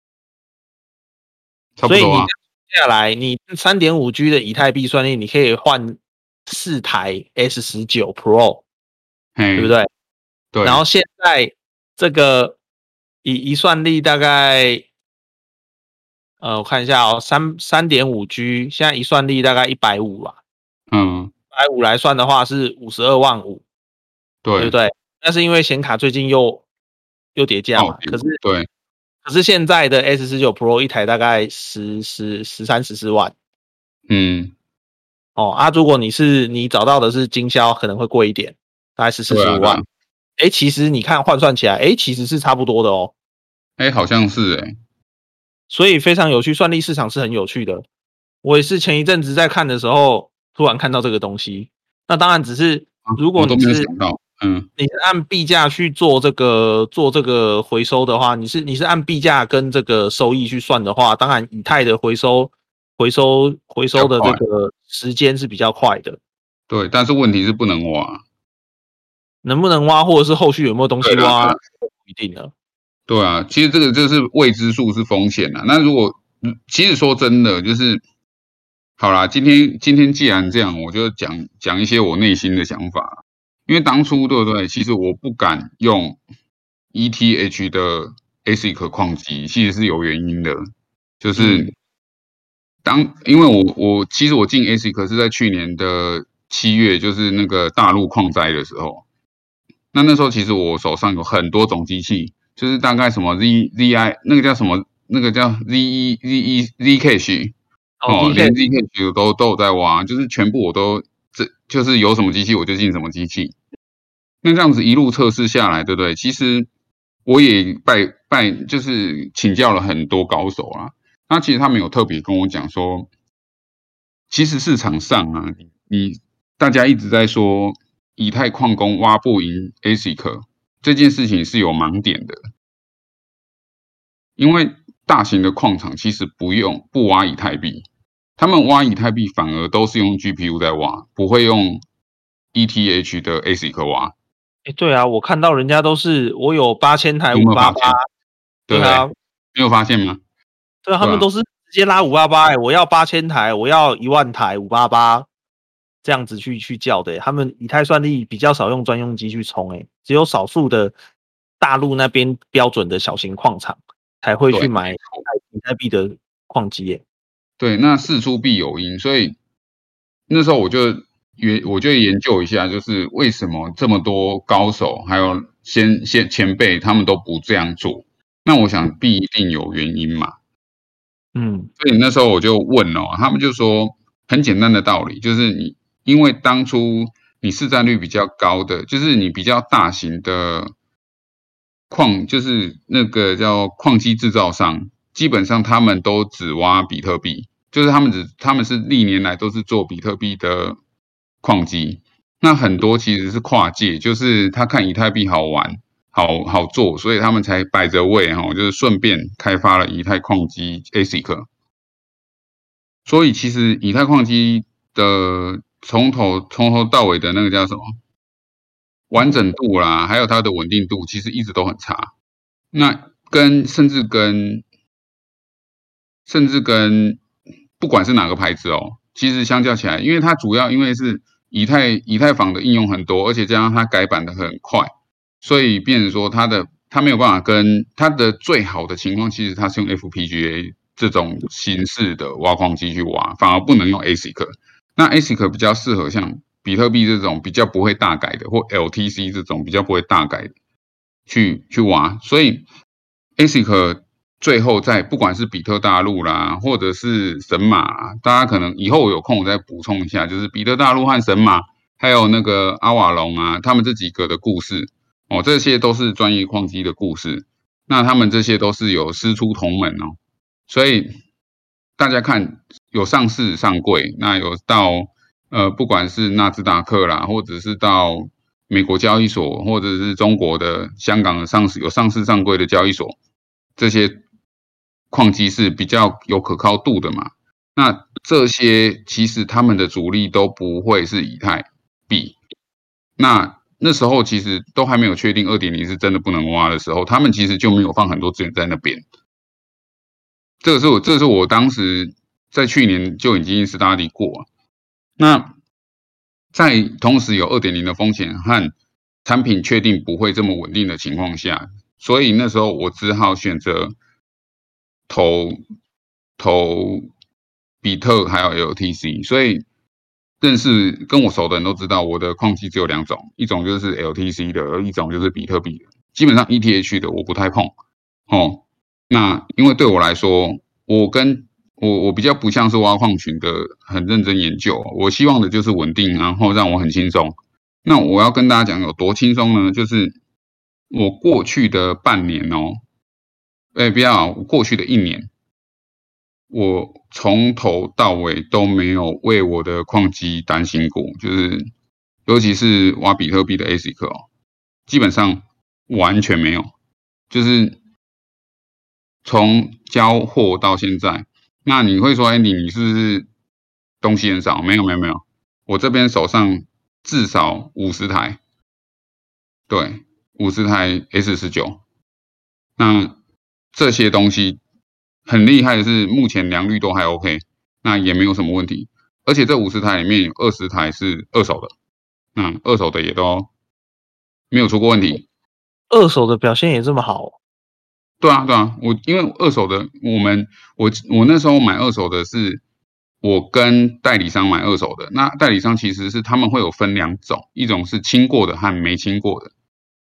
差不多啊。 所以你下来，你 三点五 G 的以太币算力，你可以换四台 S 十九 Pro， 对不对？ 对。 然后现在这个以一算力大概，呃，我看一下哦，三三点五 G， 现在一算力大概一百五吧。 嗯， 一百五来算的话是五十二万五， 对， 对不对？那是因为显卡最近又又跌价嘛，可是对， 可是现在的 S 十九 Pro 一台大概十十十三十四万。 嗯， 哦啊，如果你是你找到的是经销，可能会贵一点，大概是四十五万。哎、啊啊，其实你看换算起来，哎，其实是差不多的哦。 哎，好像是哎。 所以非常有趣，算力市场是很有趣的。我也是前一阵子在看的时候，突然看到这个东西。那当然只是如果你是、 啊、我都没有想到，嗯， 你是按币价去做这个做这个回收的话，你是你是按币价跟这个收益去算的话，当然以太的回收回收回收的这个时间是比较快的。 对，但是问题是不能挖， 能不能挖，或者是后续有没有东西挖，不一定了。 对啊，其实这个就是未知数，是风险啊。那如果其实说真的，就是好啦，今天今天既然这样，我就讲讲一些我内心的想法。因为当初对不对？其实我不敢用 E T H 的 A S I C 矿机，其实是有原因的，就是当因为我我其实我进 A S I C 是在去年的七月，就是那个大陆矿灾的时候。那那时候其实我手上有很多种机器，就是大概什么 Z Z I 那个叫什么，那个叫 Z E Z E Zcash 哦，连 Zcash 都都有在挖，就是全部我都这就是有什么机器我就进什么机器。那这样子一路测试下来，对不对？其实我也拜拜，就是请教了很多高手啊。那其实他们有特别跟我讲说，其实市场上啊，你大家一直在说以太矿工挖不赢 A S I C 这件事情是有盲点的，因为大型的矿场其实不用不挖以太币，他们挖以太币反而都是用 G P U 在挖，不会用 E T H 的 A S I C 挖。 哎，对啊，我看到人家都是我有八千台五八八， 对啊，没有发现吗？ 对啊，他们都是直接拉五八八，哎，我要八千台，我要一万台五八八，这样子去去叫的。他们以太算力比较少用专用机去冲，哎，只有少数的大陆那边标准的小型矿场才会去买以太币的矿机，哎。 对，那事出必有因，所以那时候我就。研我就研究一下，就是为什么这么多高手还有先先前辈他们都不这样做？那我想必一定有原因嘛。 嗯， 所以那时候我就问哦，他们就说很简单的道理，就是你因为当初你市占率比较高的，就是你比较大型的矿，就是那个叫矿机制造商，基本上他们都只挖比特币，就是他们只他们是历年来都是做比特币的。矿机，那很多其实是跨界，就是他看以太币好玩、好好做，所以他们才摆着位哈，就是顺便开发了以太矿机 A S I C。所以其实以太矿机的从头从头到尾的那个叫什么完整度啦，还有它的稳定度，其实一直都很差。那跟甚至跟甚至跟不管是哪个牌子哦，其实相较起来，因为它主要因为是以太以太坊的应用很多，而且加上它改版的很快，所以变成说它的它没有办法跟它的最好的情况，其实它是用 F P G A 这种形式的挖矿机去挖，反而不能用 A S I C。那 A S I C 比较适合像比特币这种比较不会大改的，或 L T C 这种比较不会大改的去去挖，所以 A S I C 最后在不管是比特大陆啦，或者是神马，大家可能以后有空我再补充一下，就是比特大陆和神马，还有那个阿瓦隆啊，他们这几个的故事哦，这些都是专业矿机的故事。 那他们这些都是有师出同门哦，所以大家看有上市上柜，那有到呃不管是纳斯达克啦，或者是到美国交易所，或者是中国的香港的上市有上市上柜的交易所，这些矿机是比较有可靠度的嘛。那这些其实他们的主力都不会是以太币。那那时候其实都还没有确定 二点零 是真的不能挖的时候，他们其实就没有放很多资源在那边。这个是我，这是我当时在去年就已经 study 过。那在同时有 二点零 的风险和产品确定不会这么稳定的情况下，所以那时候我只好选择投投比特还有 L T C。所以认识跟我熟的人都知道，我的矿机只有两种，一种就是 L T C 的，一种就是比特币的。基本上 E T H 的我不太碰哦。那因为对我来说，我跟我我比较不像是挖矿群的很认真研究，我希望的就是稳定，然后让我很轻松。那我要跟大家讲有多轻松呢？就是我过去的半年哦，哎不要，过去的一年，我从头到尾都没有为我的矿机担心过，就是尤其是挖比特币的 A S I C 哦，基本上完全没有，就是从交货到现在。那你会说 Andy 你是不是东西很少？没有没有没有，我这边手上至少五十台，对，五十台 S 十九。那这些东西很厉害的是，目前良率都还 OK， 那也没有什么问题。而且这五十台里面有二十台是二手的，那二手的也都没有出过问题。 二手的表现也这么好？ 对啊，对啊，我因为二手的，我们我我那时候买二手的是我跟代理商买二手的，那代理商其实是他们会有分两种，一种是清过的和没清过的。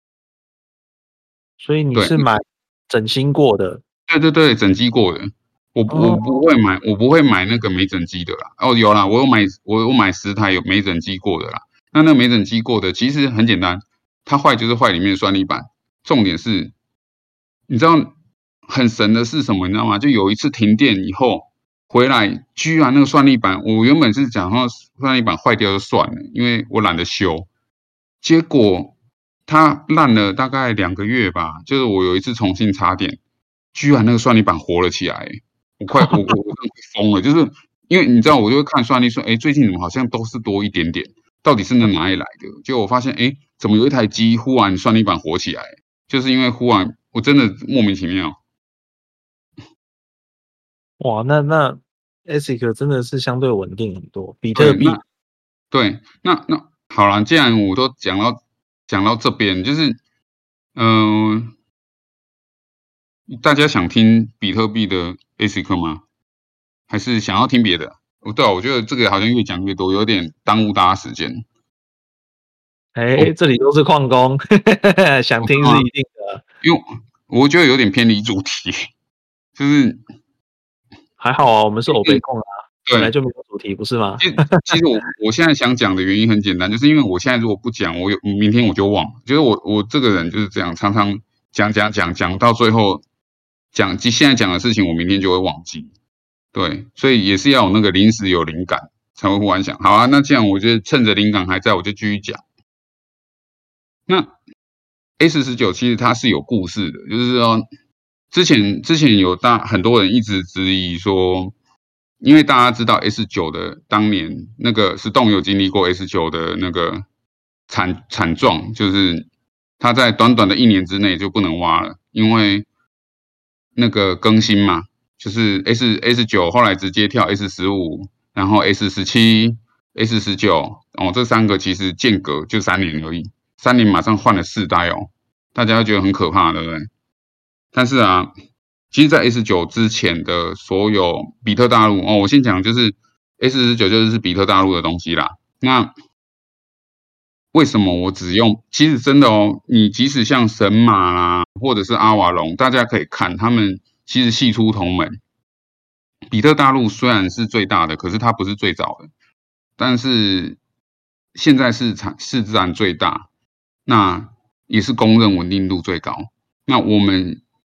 所以你是买整新过的？ 对对对，整机过的。我我不会买，我不会买那个没整机的啦。哦，有啦，我有买，我有买十台有没整机过的啦。那那没整机过的其实很简单，它坏就是坏里面的算力板。重点是，你知道很神的是什么？你知道吗？就有一次停电以后回来，居然那个算力板，我原本是讲说算力板坏掉就算了，因为我懒得修。结果它烂了大概两个月吧，就是我有一次重新插电，居然那个算力板活了起来。我快我我我疯了，就是因为你知道，我就会看算力说，哎，最近怎么好像都是多一点点，到底是那哪里来的？结果我发现，哎，怎么有一台机忽然算力板活起来？就是因为忽然我真的莫名其妙。 哇，那那 A S I C 真的是相对稳定很多，比特币。 对，那那好啦，既然我都讲到讲到这边，就是嗯、呃，大家想听比特币的 A S I C 吗？还是想要听别的？哦，对啊，我觉得这个好像越讲越多，有点耽误大家时间。 哎，这里都是矿工，想听是一定的。 因为我觉得有点偏离主题，就是还好啊，我们是欧北控啊，本来就没有主题，不是吗？ 其实其实我我现在想讲的原因很简单，就是因为我现在如果不讲，我有明天我就忘了。就是我我这个人就是这样，常常讲讲讲讲到最后讲现在讲的事情，我明天就会忘记。对，所以也是要有那个临时有灵感才会忽然想。好啊，那这样我就趁着灵感还在，我就继续讲。那 S 十九其实它是有故事的，就是说之前之前有大很多人一直质疑说，因为大家知道 S 九的当年那个石洞有经历过 S 九的那个惨惨状，就是它在短短的一年之内就不能挖了，因为那个更新嘛，就是 S S 九后来直接跳 S 十五，然后 S 十七、S 十九哦，这三个其实间隔就三年而已，三年马上换了四代哦，大家会觉得很可怕，对不对？但是啊，其实，在 S 九之前的所有比特大陆哦，我先讲就是 S 十九就是比特大陆的东西啦。那为什么我只用？其实真的哦，你即使像神马啦，或者是阿瓦隆，大家可以看他们其实系出同门。比特大陆虽然是最大的，可是它不是最早的，但是现在市场市占最大，那也是公认稳定度最高。那我们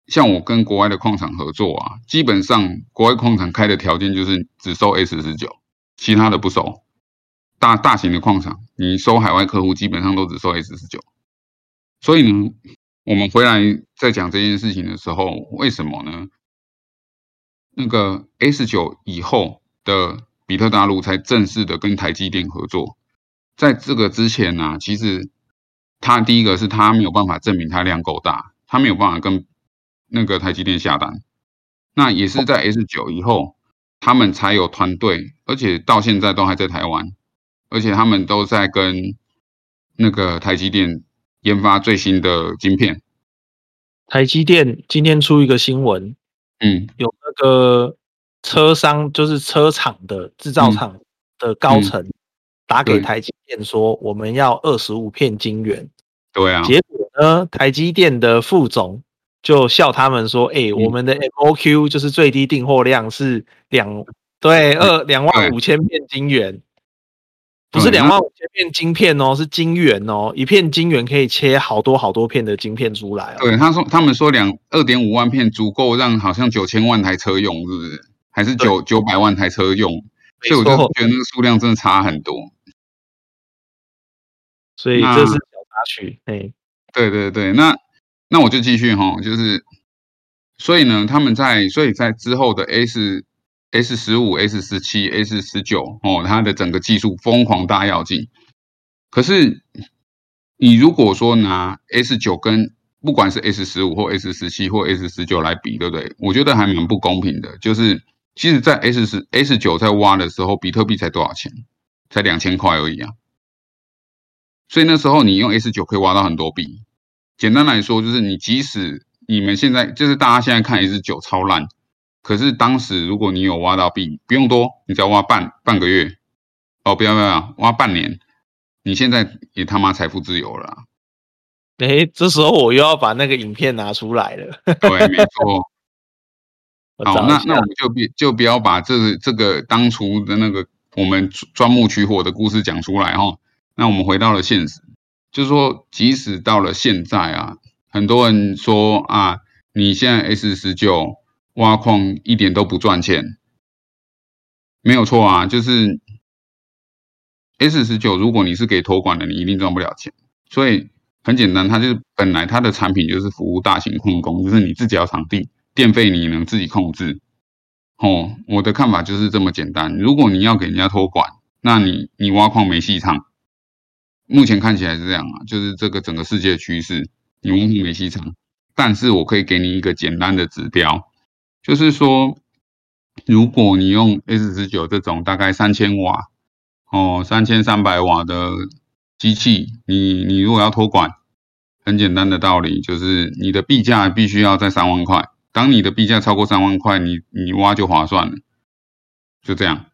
像我跟国外的矿场合作啊，基本上国外矿场开的条件就是只收 S 十九，其他的不收。大大型的矿场，你收海外客户基本上都只收 S 十九。所以呢，我们回来在讲这件事情的时候，为什么呢？那个 S 九以后的比特大陆才正式的跟台积电合作，在这个之前呢、啊，其实他第一个是他没有办法证明它量够大，他没有办法跟那个台积电下单。那也是在 S 九以后，他们才有团队，而且到现在都还在台湾，而且他们都在跟那个台积电研发最新的晶片。 台积电今天出一个新闻， 嗯， 有那个车商，就是车厂的制造厂的高层、嗯、打给台积电说，我们要二十五片晶圆。 对啊。 结果呢，台积电的副总就笑他们说：“哎、欸嗯，我们的 M O Q 就是最低订货量是两对二两万五千片晶圆。”不是两万五千片晶片哦，是晶圆哦，一片晶圆可以切好多好多片的晶片出来哦。 对，他说他们说两二点五万片足够让好像九千万台车用，是不是？还是九九百万台车用？所以我就觉得那个数量真的差很多。 所以这是小插曲，哎， 对对对，那那我就继续哈，就是所以呢，他们在所以在之后的 S S 十五、S 十七、S 十九哦，它的整个技术疯狂大跃进。可是你如果说拿 S 九跟不管是 S 十五或 S 十七或 S 十九来比，对不对？我觉得还蛮不公平的。就是其实，在 S 十 S 九在挖的时候，比特币才多少钱？才两千块而已啊。所以那时候你用 S 九可以挖到很多币。简单来说，就是你即使你们现在就是大家现在看 S 九超烂，可是当时如果你有挖到币，不用多，你只要挖半半个月，哦，不要不要，挖半年，你现在也他妈财富自由了、啊。 哎、欸，这时候我又要把那个影片拿出来了。 对，没错。好，那那我们就别就不要把这个这个当初的那个我们钻木取火的故事讲出来哈。那我们回到了现实，就是说，即使到了现在啊，很多人说啊，你现在 S 十九挖矿一点都不赚钱，没有错啊，就是 S 十九如果你是给托管的，你一定赚不了钱。所以很简单，它就是本来它的产品就是服务大型矿工，就是你自己要场地。电费你能自己控制，哦，我的看法就是这么简单。如果你要给人家托管，那你你挖矿没戏唱。目前看起来是这样啊，就是这个整个世界的趋势，你挖矿没戏唱。但是我可以给你一个简单的指标，就是说，如果你用 S 十九这种大概三千瓦，哦，三千三百瓦的机器，你你如果要托管，很简单的道理就是你的币价必须要在三万块。当你的币价超过三万块，你你挖就划算了，就这样。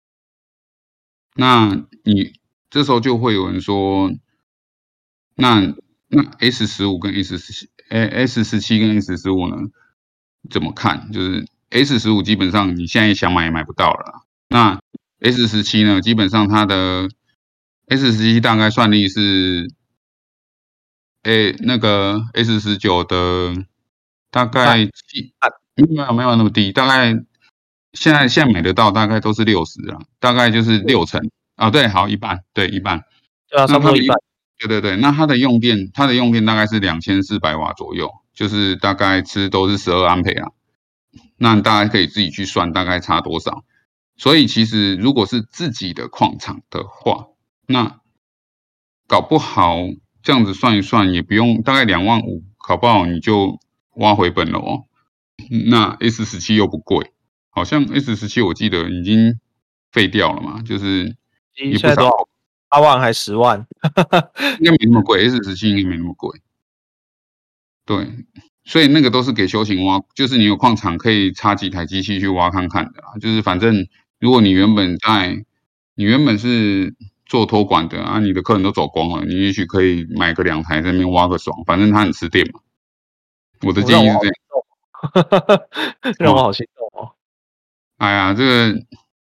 那你这时候就会有人说，那那 S 十五跟 S 十哎 S 十七跟 S 十五呢？怎么看？就是 S 十五基本上你现在想买也买不到了。那 S 十七呢？基本上它的 S 十七大概算力是，哎那个 S 十九的大概七。没有没有那么低，大概现在现在买得到大概都是六十啊，大概就是六成啊，对，好一半，对一半， 对啊，差不多一半， 对对对，那它的用电，它的用电大概是两千四百瓦左右，就是大概吃都是十二安培啊，那大家可以自己去算大概差多少。所以其实如果是自己的矿场的话，那搞不好这样子算一算也不用大概两万五，搞不好你就挖回本了哦。那 S 十七又不贵，好像 S 十七我记得已经废掉了嘛，就是也不少，八万还十万， 应该没那么贵 ，S 十七应该没那么贵。对，所以那个都是给修行挖，就是你有矿场可以插几台机器去挖看看的啊。就是反正如果你原本在，你原本是做托管的啊，你的客人都走光了，你也许可以买个两台在那边挖个爽，反正它很吃电嘛。我的建议是这样。 让我好心动哦！ 哎呀，这个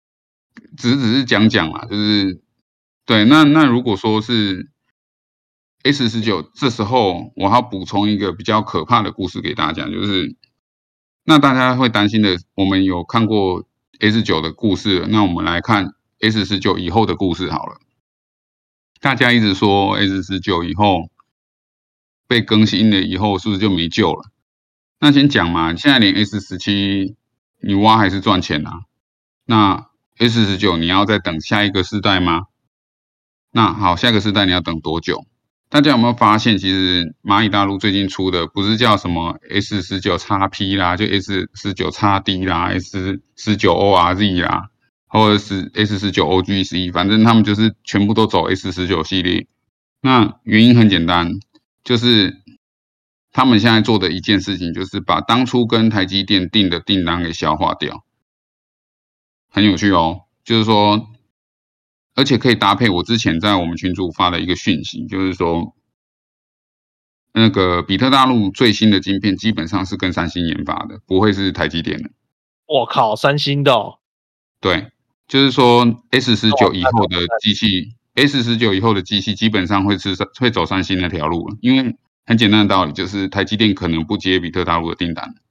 只只是讲讲啦，就是对。那那如果说是 S 十九这时候我要补充一个比较可怕的故事给大家，就是那大家会担心的，我们有看过 S 九的故事了，那我们来看 S 十九以后的故事好了。大家一直说 S 十九以后被更新了以后是不是就没救了？那先讲嘛，现在连 S 十七你挖还是赚钱啊？那 S 十九你要再等下一个世代吗？那好，下一个世代你要等多久？大家有没有发现，其实蚂蚁大陆最近出的不是叫什么 S 十九 X P 啦，就 S 十九 X D 啦 ，S 十九 O R Z 啦，或者是 S 十九 O G 十一，反正他们就是全部都走 S 十九系列。那原因很简单，就是他们现在做的一件事情，就是把当初跟台积电订的订单给消化掉，很有趣哦。就是说，而且可以搭配我之前在我们群组发的一个讯息，就是说，那个比特大陆最新的晶片基本上是跟三星研发的，不会是台积电的。 我靠，三星的哦。 对，就是说 S 十九以后的机器 ，S 十九以后的机器基本上会是会走三星那条路了，因为很简单的道理，就是台积电可能不接比特大陆的订单，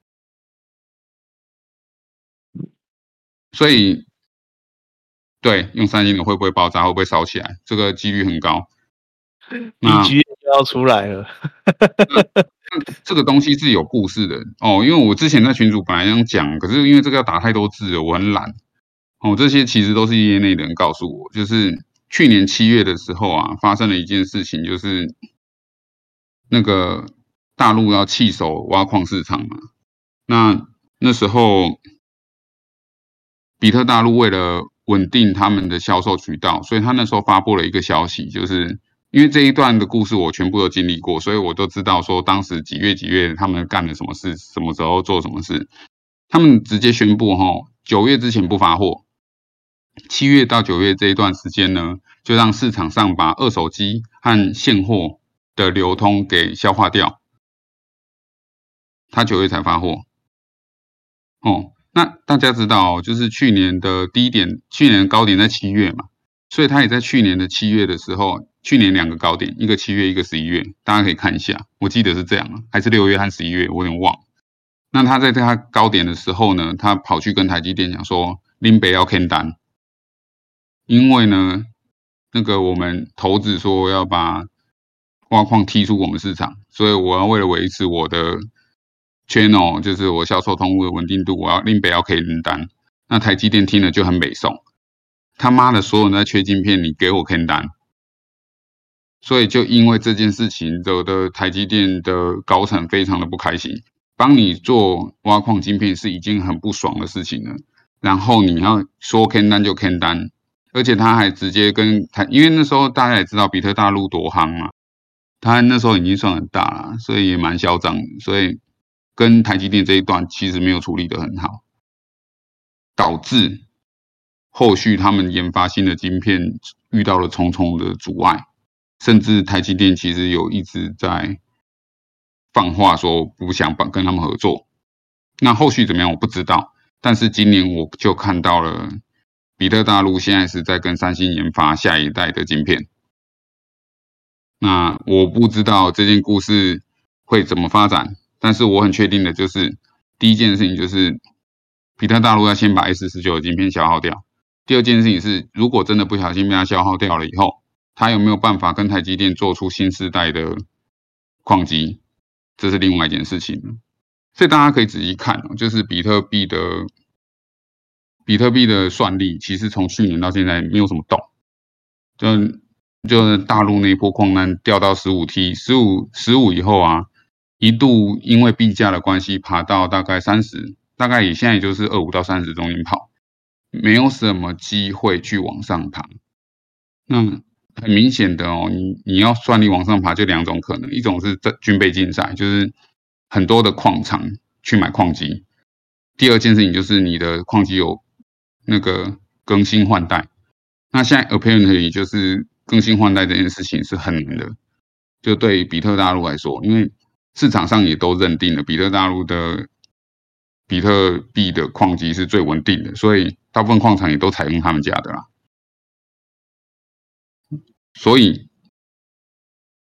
所以对用三星的会不会爆炸，会不会烧起来，这个几率很高。 B G 就要出来了。 这个东西是有故事的哦，因为我之前在群组本来想讲，可是因为这个要打太多字了，我很懒。哦，这些其实都是业内的人告诉我，就是去年七月的时候啊，发生了一件事情，就是那个大陆要弃守挖矿市场嘛。那那时候比特大陆为了稳定他们的销售渠道，所以他那时候发布了一个消息，就是因为这一段的故事我全部都经历过，所以我都知道说当时几月几月他们干了什么事，什么时候做什么事。他们直接宣布哈，九月之前不发货。七月到九月这一段时间呢，就让市场上把二手机和现货的流通给消化掉。他九月才发货。哦，那大家知道，就是去年的低点，去年的高点在七月嘛，所以他也在去年的七月的时候，去年两个高点，一个七月，一个十一月，大家可以看一下，我记得是这样，还是六月和十一月，我有点忘。那他在他高点的时候呢，他跑去跟台积电讲说，林北要砍单。因为呢，那个我们投资说要把挖矿踢出我们市场，所以我要为了维持我的 channel， 就是我销售通路的稳定度，我要令北要可以认单。那台积电听了就很北宋，他妈的，所有人在缺晶片，你给我砍单。所以就因为这件事情，惹得台积电的高层非常的不开心。帮你做挖矿晶片是一件很不爽的事情了，然后你要说砍单就砍单。而且他还直接跟台，因为那时候大家也知道比特大陆多夯嘛，他那时候已经算很大了，所以也蛮嚣张的，所以跟台积电这一段其实没有处理得很好，导致后续他们研发新的晶片遇到了重重的阻碍，甚至台积电其实有一直在放话说不想跟他们合作。那后续怎么样我不知道，但是今年我就看到了。比特大陆现在是在跟三星研发下一代的晶片，那我不知道这件故事会怎么发展，但是我很确定的就是，第一件事情就是比特大陆要先把 S 十九 的晶片消耗掉，第二件事情是，如果真的不小心被它消耗掉了以后，它有没有办法跟台积电做出新世代的矿机，这是另外一件事情。所以大家可以仔细看哦，就是比特币的。比特币的算力其实从去年到现在没有什么动，就就大陆那一波矿难掉到十五 T， 十五 十五以后啊，一度因为币价的关系爬到大概三十，大概以现在也就是二十五到三十中间跑，没有什么机会去往上爬。那很明显的哦，你你要算力往上爬就两种可能，一种是军备竞赛，就是很多的矿场去买矿机；第二件事情就是你的矿机有那个更新换代，那现在 apparently 就是更新换代这件事情是很难的，就对于比特大陆来说，因为市场上也都认定了比特大陆的比特币的矿机是最稳定的，所以大部分矿场也都采用他们家的啦。所以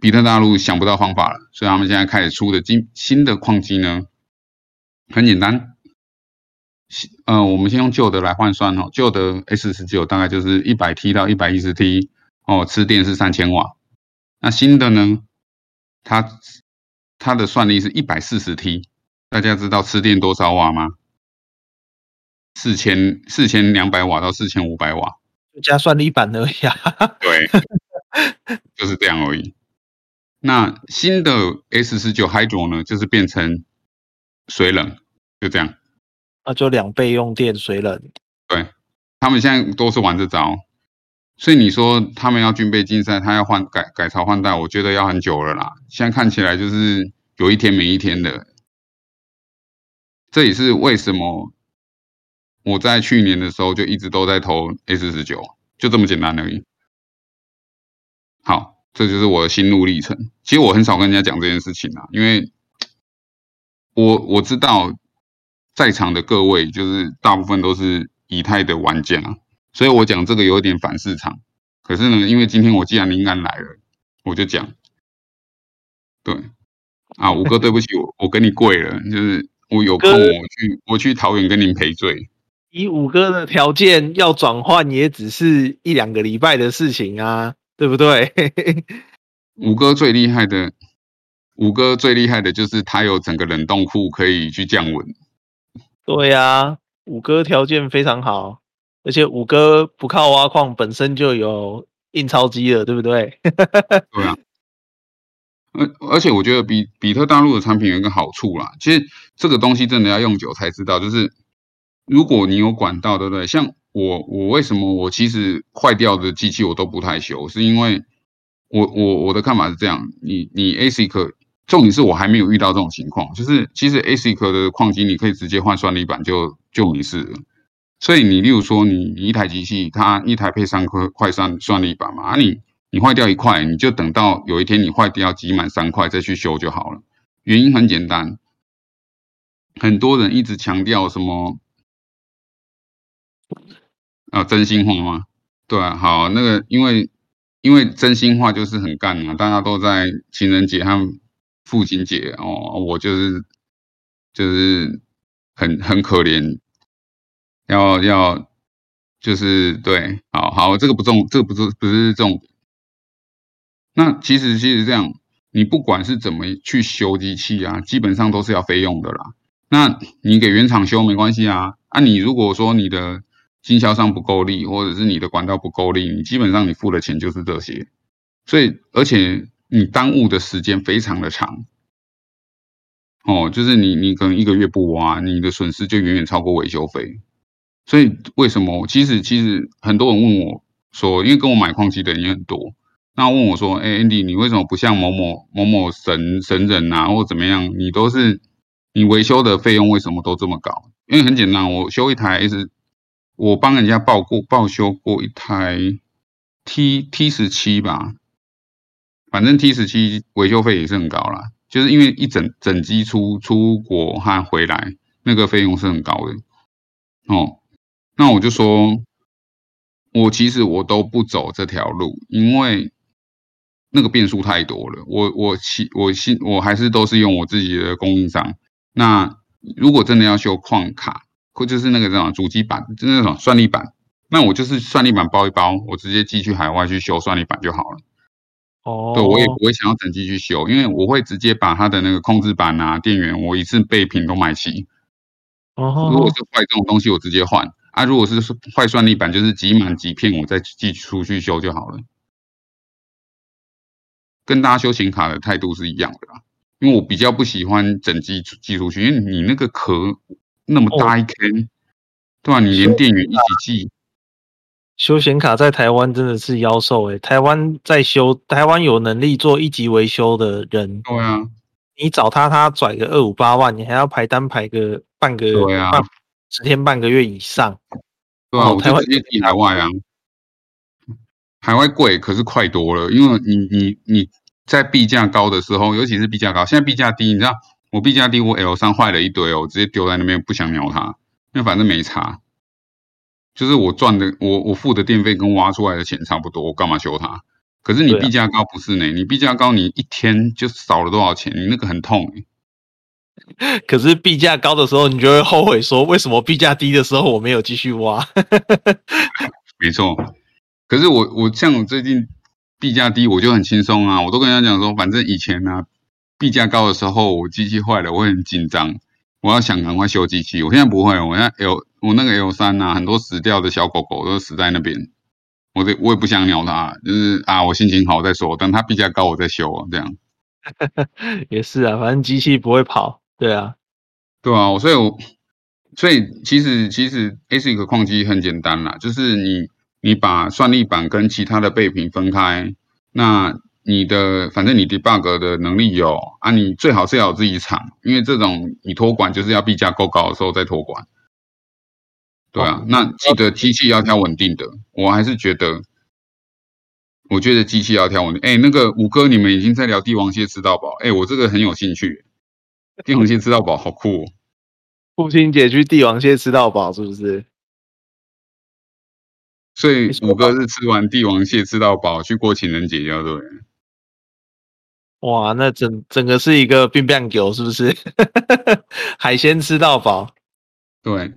比特大陆想不到方法了，所以他们现在开始出的新新的矿机呢，很简单。呃，我们先用旧的来换算哦，旧的 S 十九 大概就是 一百 T 到 一百一十 T 哦，吃电是三千瓦。那新的呢，它它的算力是 一百四十 T， 大家知道吃电多少瓦吗？四千四千两百瓦到四千五百瓦， 加算力板而已啊。 对，就是这样而已。那新的 S 十九 Hydro 呢，就是变成水冷，就这样。 那就两倍用电水冷。 对，他们现在都是玩这招，所以你说他们要军备竞赛，他要换改改朝换代，我觉得要很久了啦。现在看起来就是有一天没一天的。这也是为什么我在去年的时候就一直都在投 S 十九，就这么简单而已。好，这就是我的心路历程。其实我很少跟人家讲这件事情啊，因为我我知道在场的各位就是大部分都是以太的玩家，所以我讲这个有点反市场。可是呢，因为今天我既然灵感来了，我就讲。对，啊，五哥，对不起，我我跟你跪了，就是我有空我去我去桃园跟您赔罪。 以五哥的条件要转换也只是一两个礼拜的事情啊，对不对？ 五哥最厉害的，五哥最厉害的就是他有整个冷冻库可以去降温。 对啊，五哥条件非常好，而且五哥不靠挖矿，本身就有印钞机了，对不对？ 对啊，而而且我觉得比比特大陆的产品有一个好处啦，其实这个东西真的要用久才知道，就是如果你有管道，对不对？像我我为什么我其实坏掉的机器我都不太修，是因为我我我的看法是这样，你你 A S I C 重点是我还没有遇到这种情况，就是其实 A S I C 的矿机你可以直接换算力板就就没事了。所以你例如说你你一台机器它一台配三块块算算力板嘛，啊你你坏掉一块，你就等到有一天你坏掉集满三块再去修就好了。原因很简单，很多人一直强调什么啊真心话吗？对啊，好，那个因为因为真心话就是很干啊，大家都在情人节和父亲节哦，我就是就是很很可怜，要要就是对，好好，这个不重，这个不是不是重点。那其实其实这样，你不管是怎么去修机器啊，基本上都是要费用的啦。那你给原厂修没关系啊，啊，你如果说你的经销商不够力，或者是你的管道不够力，你基本上你付的钱就是这些。所以，而且你耽误的时间非常的长。哦，就是你你可能一个月不挖，你的损失就远远超过维修费。所以为什么？其实其实很多人问我说，因为跟我买矿机的人也很多，那问我说，哎、欸、，Andy， 你为什么不像某某某某神神人啊，或怎么样？你都是你维修的费用为什么都这么高？因为很简单，我修一台 S， 我帮人家报过报修过一台 T T 十七吧，反正 T 十七维修费也是很高啦，就是因为一整整机出出国和回来那个费用是很高的哦。那我就说，我其实我都不走这条路，因为那个变数太多了。我我其我信我还是都是用我自己的供应商。那如果真的要修矿卡，或就是那个什么主机板，就是那种算力板，那我就是算力板包一包，我直接寄去海外去修算力板就好了。 哦， 对，我也不会想要整机去修，因为我会直接把它的那个控制板啊、电源，我一次备品都买齐。 哦， 如果是坏这种东西，我直接换啊；如果是坏算力板，就是集满几片，我再寄出去修就好了。跟大家修显卡的态度是一样的啦，因为我比较不喜欢整机寄出去，因为你那个壳那么大一坑，对吧？你连电源一起寄。 修显卡在台湾真的是妖兽诶、欸，台湾在修，台湾有能力做一级维修的人， 对啊， 你找他，他拽个二五八万，你还要排单排个半个， 对啊， 十天半个月以上。 对啊， 哦、 我就直接寄海外啊，海外贵，可是快多了，因为你你你在币价高的时候，尤其是币价高，现在币价低，你知道我币价低，我 L 三坏了一堆哦，我直接丢在那边，不想鸟它，因为反正没差。就是我赚的，我我付的电费跟挖出来的钱差不多，我干嘛修它？ 可是你币价高不是呢？你币价高，你一天就少了多少钱？你那个很痛哎。可是币价高的时候，你就会后悔说，为什么币价低的时候我没有继续挖？ 没错。可是我我像我最近币价低，我就很轻松啊，我都跟人家讲说，反正以前啊，币价高的时候，我机器坏了，我会很紧张，我要想赶快修机器。我现在不会，我现在 L 我那个 L 三啊，很多死掉的小狗狗都死在那边。我这我也不想鸟它，就是啊，我心情好再说，等它币价高我再修，这样。 也是啊，反正机器不会跑，对啊， 对啊，所以我所以其实其实 A S I C 矿机很简单啦，就是你你把算力板跟其他的备品分开，那你的反正你 debug 的能力有啊，你最好是要有自己厂，因为这种你托管就是要币价够高的时候再托管。对啊，那记得机器要挑稳定的，我还是觉得，我觉得机器要挑稳定。哎，那个五哥，你们已经在聊帝王蟹吃到饱，哎，我这个很有兴趣，帝王蟹吃到饱好酷哦。 父亲节去帝王蟹吃到饱是不是？ 所以五哥是吃完帝王蟹吃到饱去过情人节，对不对？ 哇，那整整个是一个变变狗是不是？海鲜吃到饱。 对。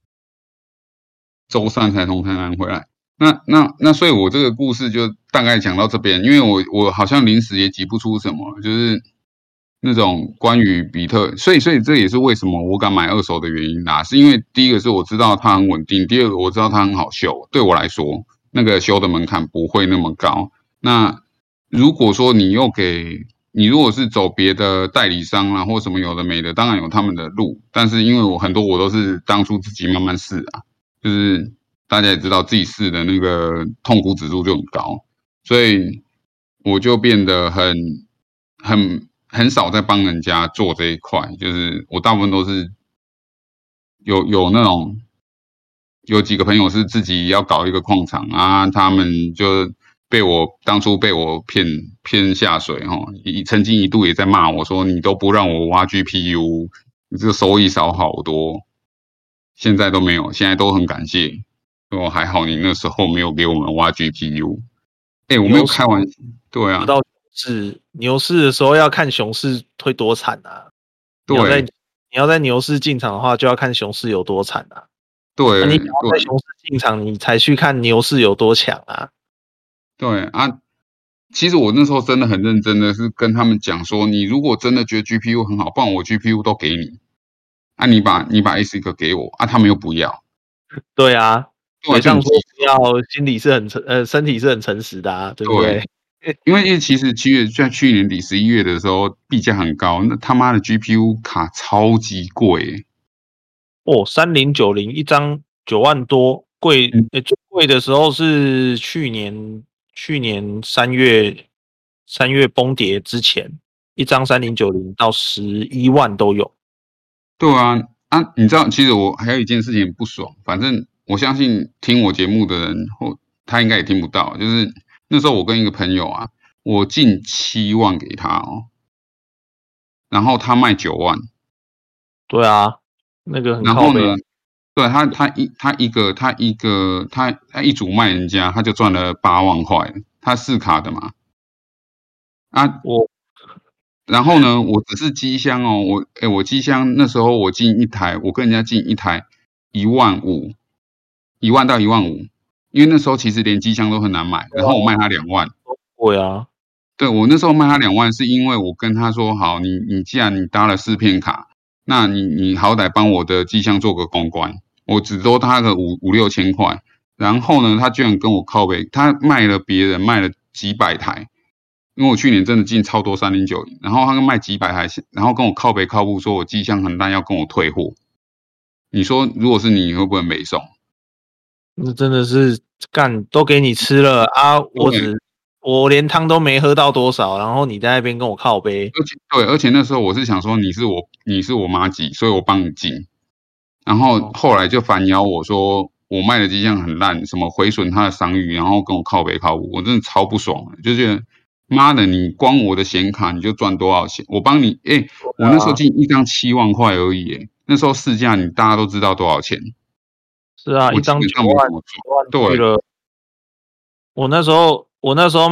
周三才从台南回来，那那那，所以我这个故事就大概讲到这边，因为我我好像临时也挤不出什么，就是那种关于比特，所以所以这也是为什么我敢买二手的原因啦，是因为第一个是我知道它很稳定，第二个我知道它很好修，对我来说那个修的门槛不会那么高。那如果说你又给你如果是走别的代理商啊或什么有的没的，当然有他们的路，但是因为我很多我都是当初自己慢慢试啊。就是大家也知道自己试的那个痛苦指数就很高，所以我就变得很很很少在帮人家做这一块，就是我大部分都是有有那种有几个朋友是自己要搞一个矿场啊，他们就被我当初被我骗骗下水哈，曾经一度也在骂我说你都不让我挖 G P U， 你这个收益少好多。现在都没有，现在都很感谢。哦，还好你那时候没有给我们挖 G P U。哎、欸，我没有开玩笑。对啊。 到是牛市的时候要看熊市会多惨啊。 对。 你要在你要在牛市进场的话，就要看熊市有多惨啊。 对。 你要在熊市进场，你才去看牛市有多强啊。 对啊。其实我那时候真的很认真的是跟他们讲说，你如果真的觉得 G P U 很好，不然我 G P U 都给你。啊，你把你把 A S I C 给我啊，他们又不要。 对啊， 对， 这样说不要，心里是很诚呃，身体是很诚实的啊，对不对？ 对，因为因为其实七月在去年底十一月的时候，币价很高，那他妈的 G P U 卡超级贵。 哦，三零九零一张九万多，贵、 嗯欸、最贵的时候是去年去年三月三月崩跌之前，一张三零九零到十一万都有。 对啊，啊，你知道，其实我还有一件事情不爽，反正我相信听我节目的人，或他应该也听不到，就是那时候我跟一个朋友啊，我进七万给他哦，然后他卖九万。 对啊，那个很然后呢，对他他一他一个他一个他他一组卖人家，他就赚了八万块，他四卡的嘛。啊， 我。 然后呢，我只是机箱哦，我哎，我机箱那时候我进一台，我跟人家进一台一万五，一万到一万五，因为那时候其实连机箱都很难买，然后我卖他两万。 对啊， 对，我那时候卖他两万，是因为我跟他说好，你你既然你搭了四片卡，那你你好歹帮我的机箱做个公关，我只多他个五五六千块，然后呢，他居然跟我靠背，他卖了别人卖了几百台。因为我去年真的进超多三零九零，然后他跟卖几百台，然后跟我靠北靠步说我机箱很烂，要跟我退货。你说如果是你，你会不会没送？ 那真的是干都给你吃了啊！我只我连汤都没喝到多少，然后你在那边跟我靠背。 而且对，而且那时候我是想说你是我你是我妈几，所以我帮你进。然后后来就反咬我说我卖的机箱很烂，什么毁损他的商誉，然后跟我靠北靠步，我真的超不爽的，就觉得。妈的，你光我的显卡你就赚多少钱？我帮你，哎、欸，我那时候进一张七万块而已、欸，那时候市价你大家都知道多少钱？ 是啊，一张九万， 对了。 我那时候我那时候卖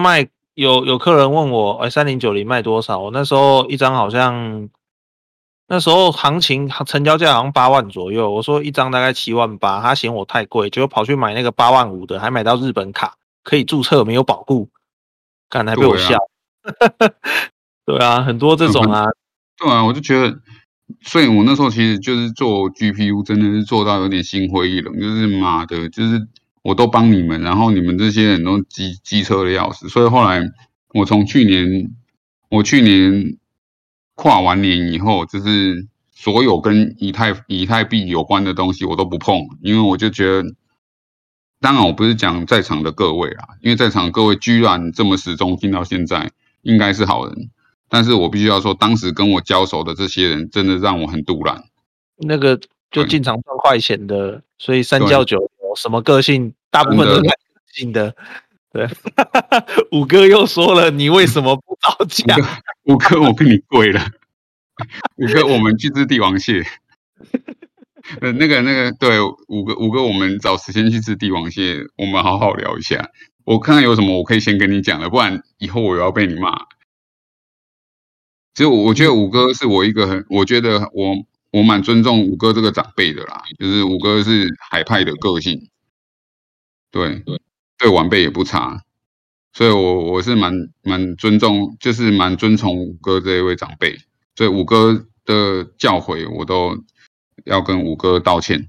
有有客人问我，哎，三零九零卖多少？我那时候一张好像，那时候行情成交价好像八万左右，我说一张大概七万八，他嫌我太贵，结果跑去买那个八万五的，还买到日本卡，可以注册，没有保固，干还被我笑。对啊，很多这种啊。 对啊，我就觉得，所以我那时候其实就是做 G P U， 真的是做到有点心灰意冷，就是妈的，就是我都帮你们，然后你们这些人都机机车的要死，所以后来我从去年，我去年跨完年以后，就是所有跟以太以太币有关的东西我都不碰，因为我就觉得，当然我不是讲在场的各位啦，因为在场的各位居然这么始终听到现在，应该是好人。但是我必须要说，当时跟我交手的这些人，真的让我很杜烂。 那个就进场赚快钱的，所以三教九流，什么个性，大部分都是个性的。对，五哥又说了，你为什么不早讲？ 五哥，我跟你跪了。五哥，我们去吃帝王蟹。呃，那个那个，对，五哥五哥，我们找时间去吃帝王蟹，我们好好聊一下。我看看有什么我可以先跟你讲的，不然以后我要被你骂。其实我我觉得五哥是我一个很，我觉得我我蛮尊重五哥这个长辈的啦，就是五哥是海派的个性，对对对，晚辈也不差，所以我我是蛮蛮尊重，就是蛮尊崇五哥这一位长辈，所以五哥的教诲我都要跟五哥道歉。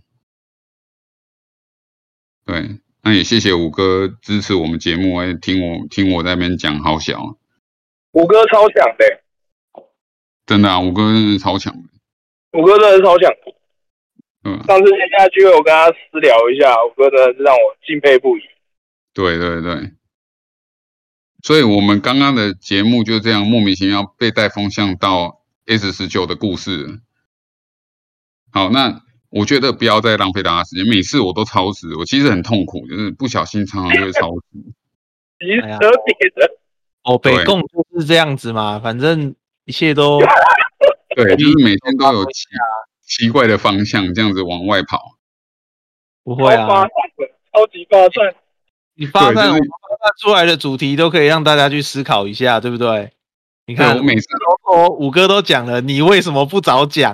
对，那也谢谢五哥支持我们节目，哎，听我听我在那边讲好小， 五哥超强的。 真的啊，五哥真的超强的， 五哥真的是超强。 嗯， 上次线下聚会我跟他私聊一下，五哥真的是让我敬佩不已。 对对对，所以我们刚刚的节目就这样莫名其妙被带风向到 S 十九 的故事了。好，那我觉得不要再浪费大家时间，每次我都超时，我其实很痛苦，就是不小心常常就会超时。 急车点的。 哦，北共就是这样子嘛，反正一切都对，就是每天都有奇奇怪的方向，这样子往外跑。 不会啊， 超级发散。 你发散，我们发散出来的主题都可以让大家去思考一下，对不对？你看， 我每次都说五哥都讲了，你为什么不早讲？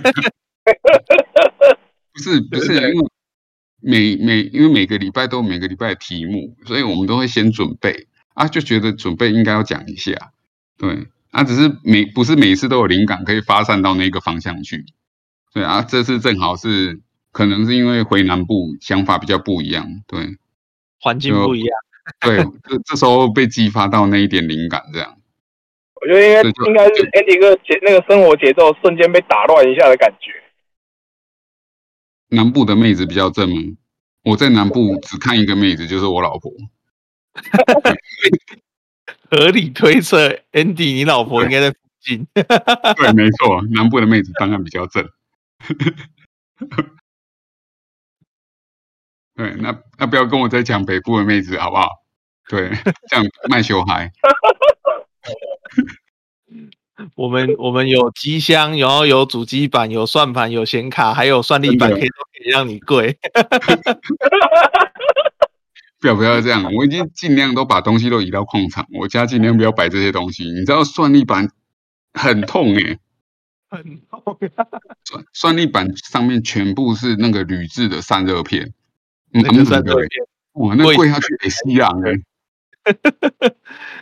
不是不是，因为每每因为每个礼拜都有每个礼拜的题目，所以我们都会先准备啊，就觉得准备应该要讲一下，对啊，只是每不是每一次都有灵感可以发散到那个方向去，对啊，这次正好是可能是因为回南部想法比较不一样，对， 环境不一样， 对，这这时候被激发到那一点灵感，这样。 我觉得应该应该是 Andy 哥节那个生活节奏瞬间被打乱一下的感觉。 南部的妹子比较正吗？我在南部只看一个妹子，就是我老婆。 合理推测 ，Andy 你老婆应该在附近。 对，没错，南部的妹子当然比较正。对，那那不要跟我再讲北部的妹子好不好？对，这样卖小孩。 我们我们有机箱，然后有主机板，有算盘，有显卡，还有算力板，可以都可以让你跪。 不要不要这样，我已经尽量都把东西都移到矿场，我家尽量不要摆这些东西。你知道算力板很痛哎、欸， 很痛、 啊。算算力板上面全部是那个铝制的散热片， 那个散热片， 哇，那跪下去得吸氧哎。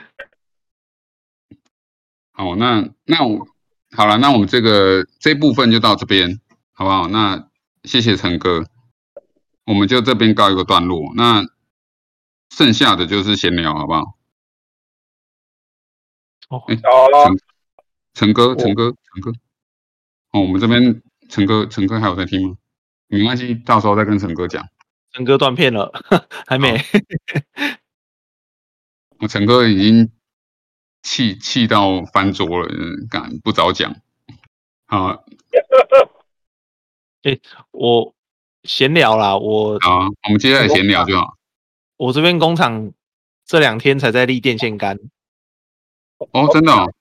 好，那那我好了，那我们这个这部分就到这边，好不好？那谢谢陈哥，我们就这边告一个段落。那剩下的就是闲聊，好不好？ 哦， 哎，陈陈哥，陈哥，陈哥，哦，我们这边陈哥，陈哥还有在听吗？没关系，到时候再跟陈哥讲。 陈哥断片了，还没。 我陈哥已经。气气到翻桌了，敢不早讲？好， 哎、欸，我闲聊啦，我好，我们接下来闲聊就好。 我这边工厂这两天才在立电线杆。 哦，真的哦？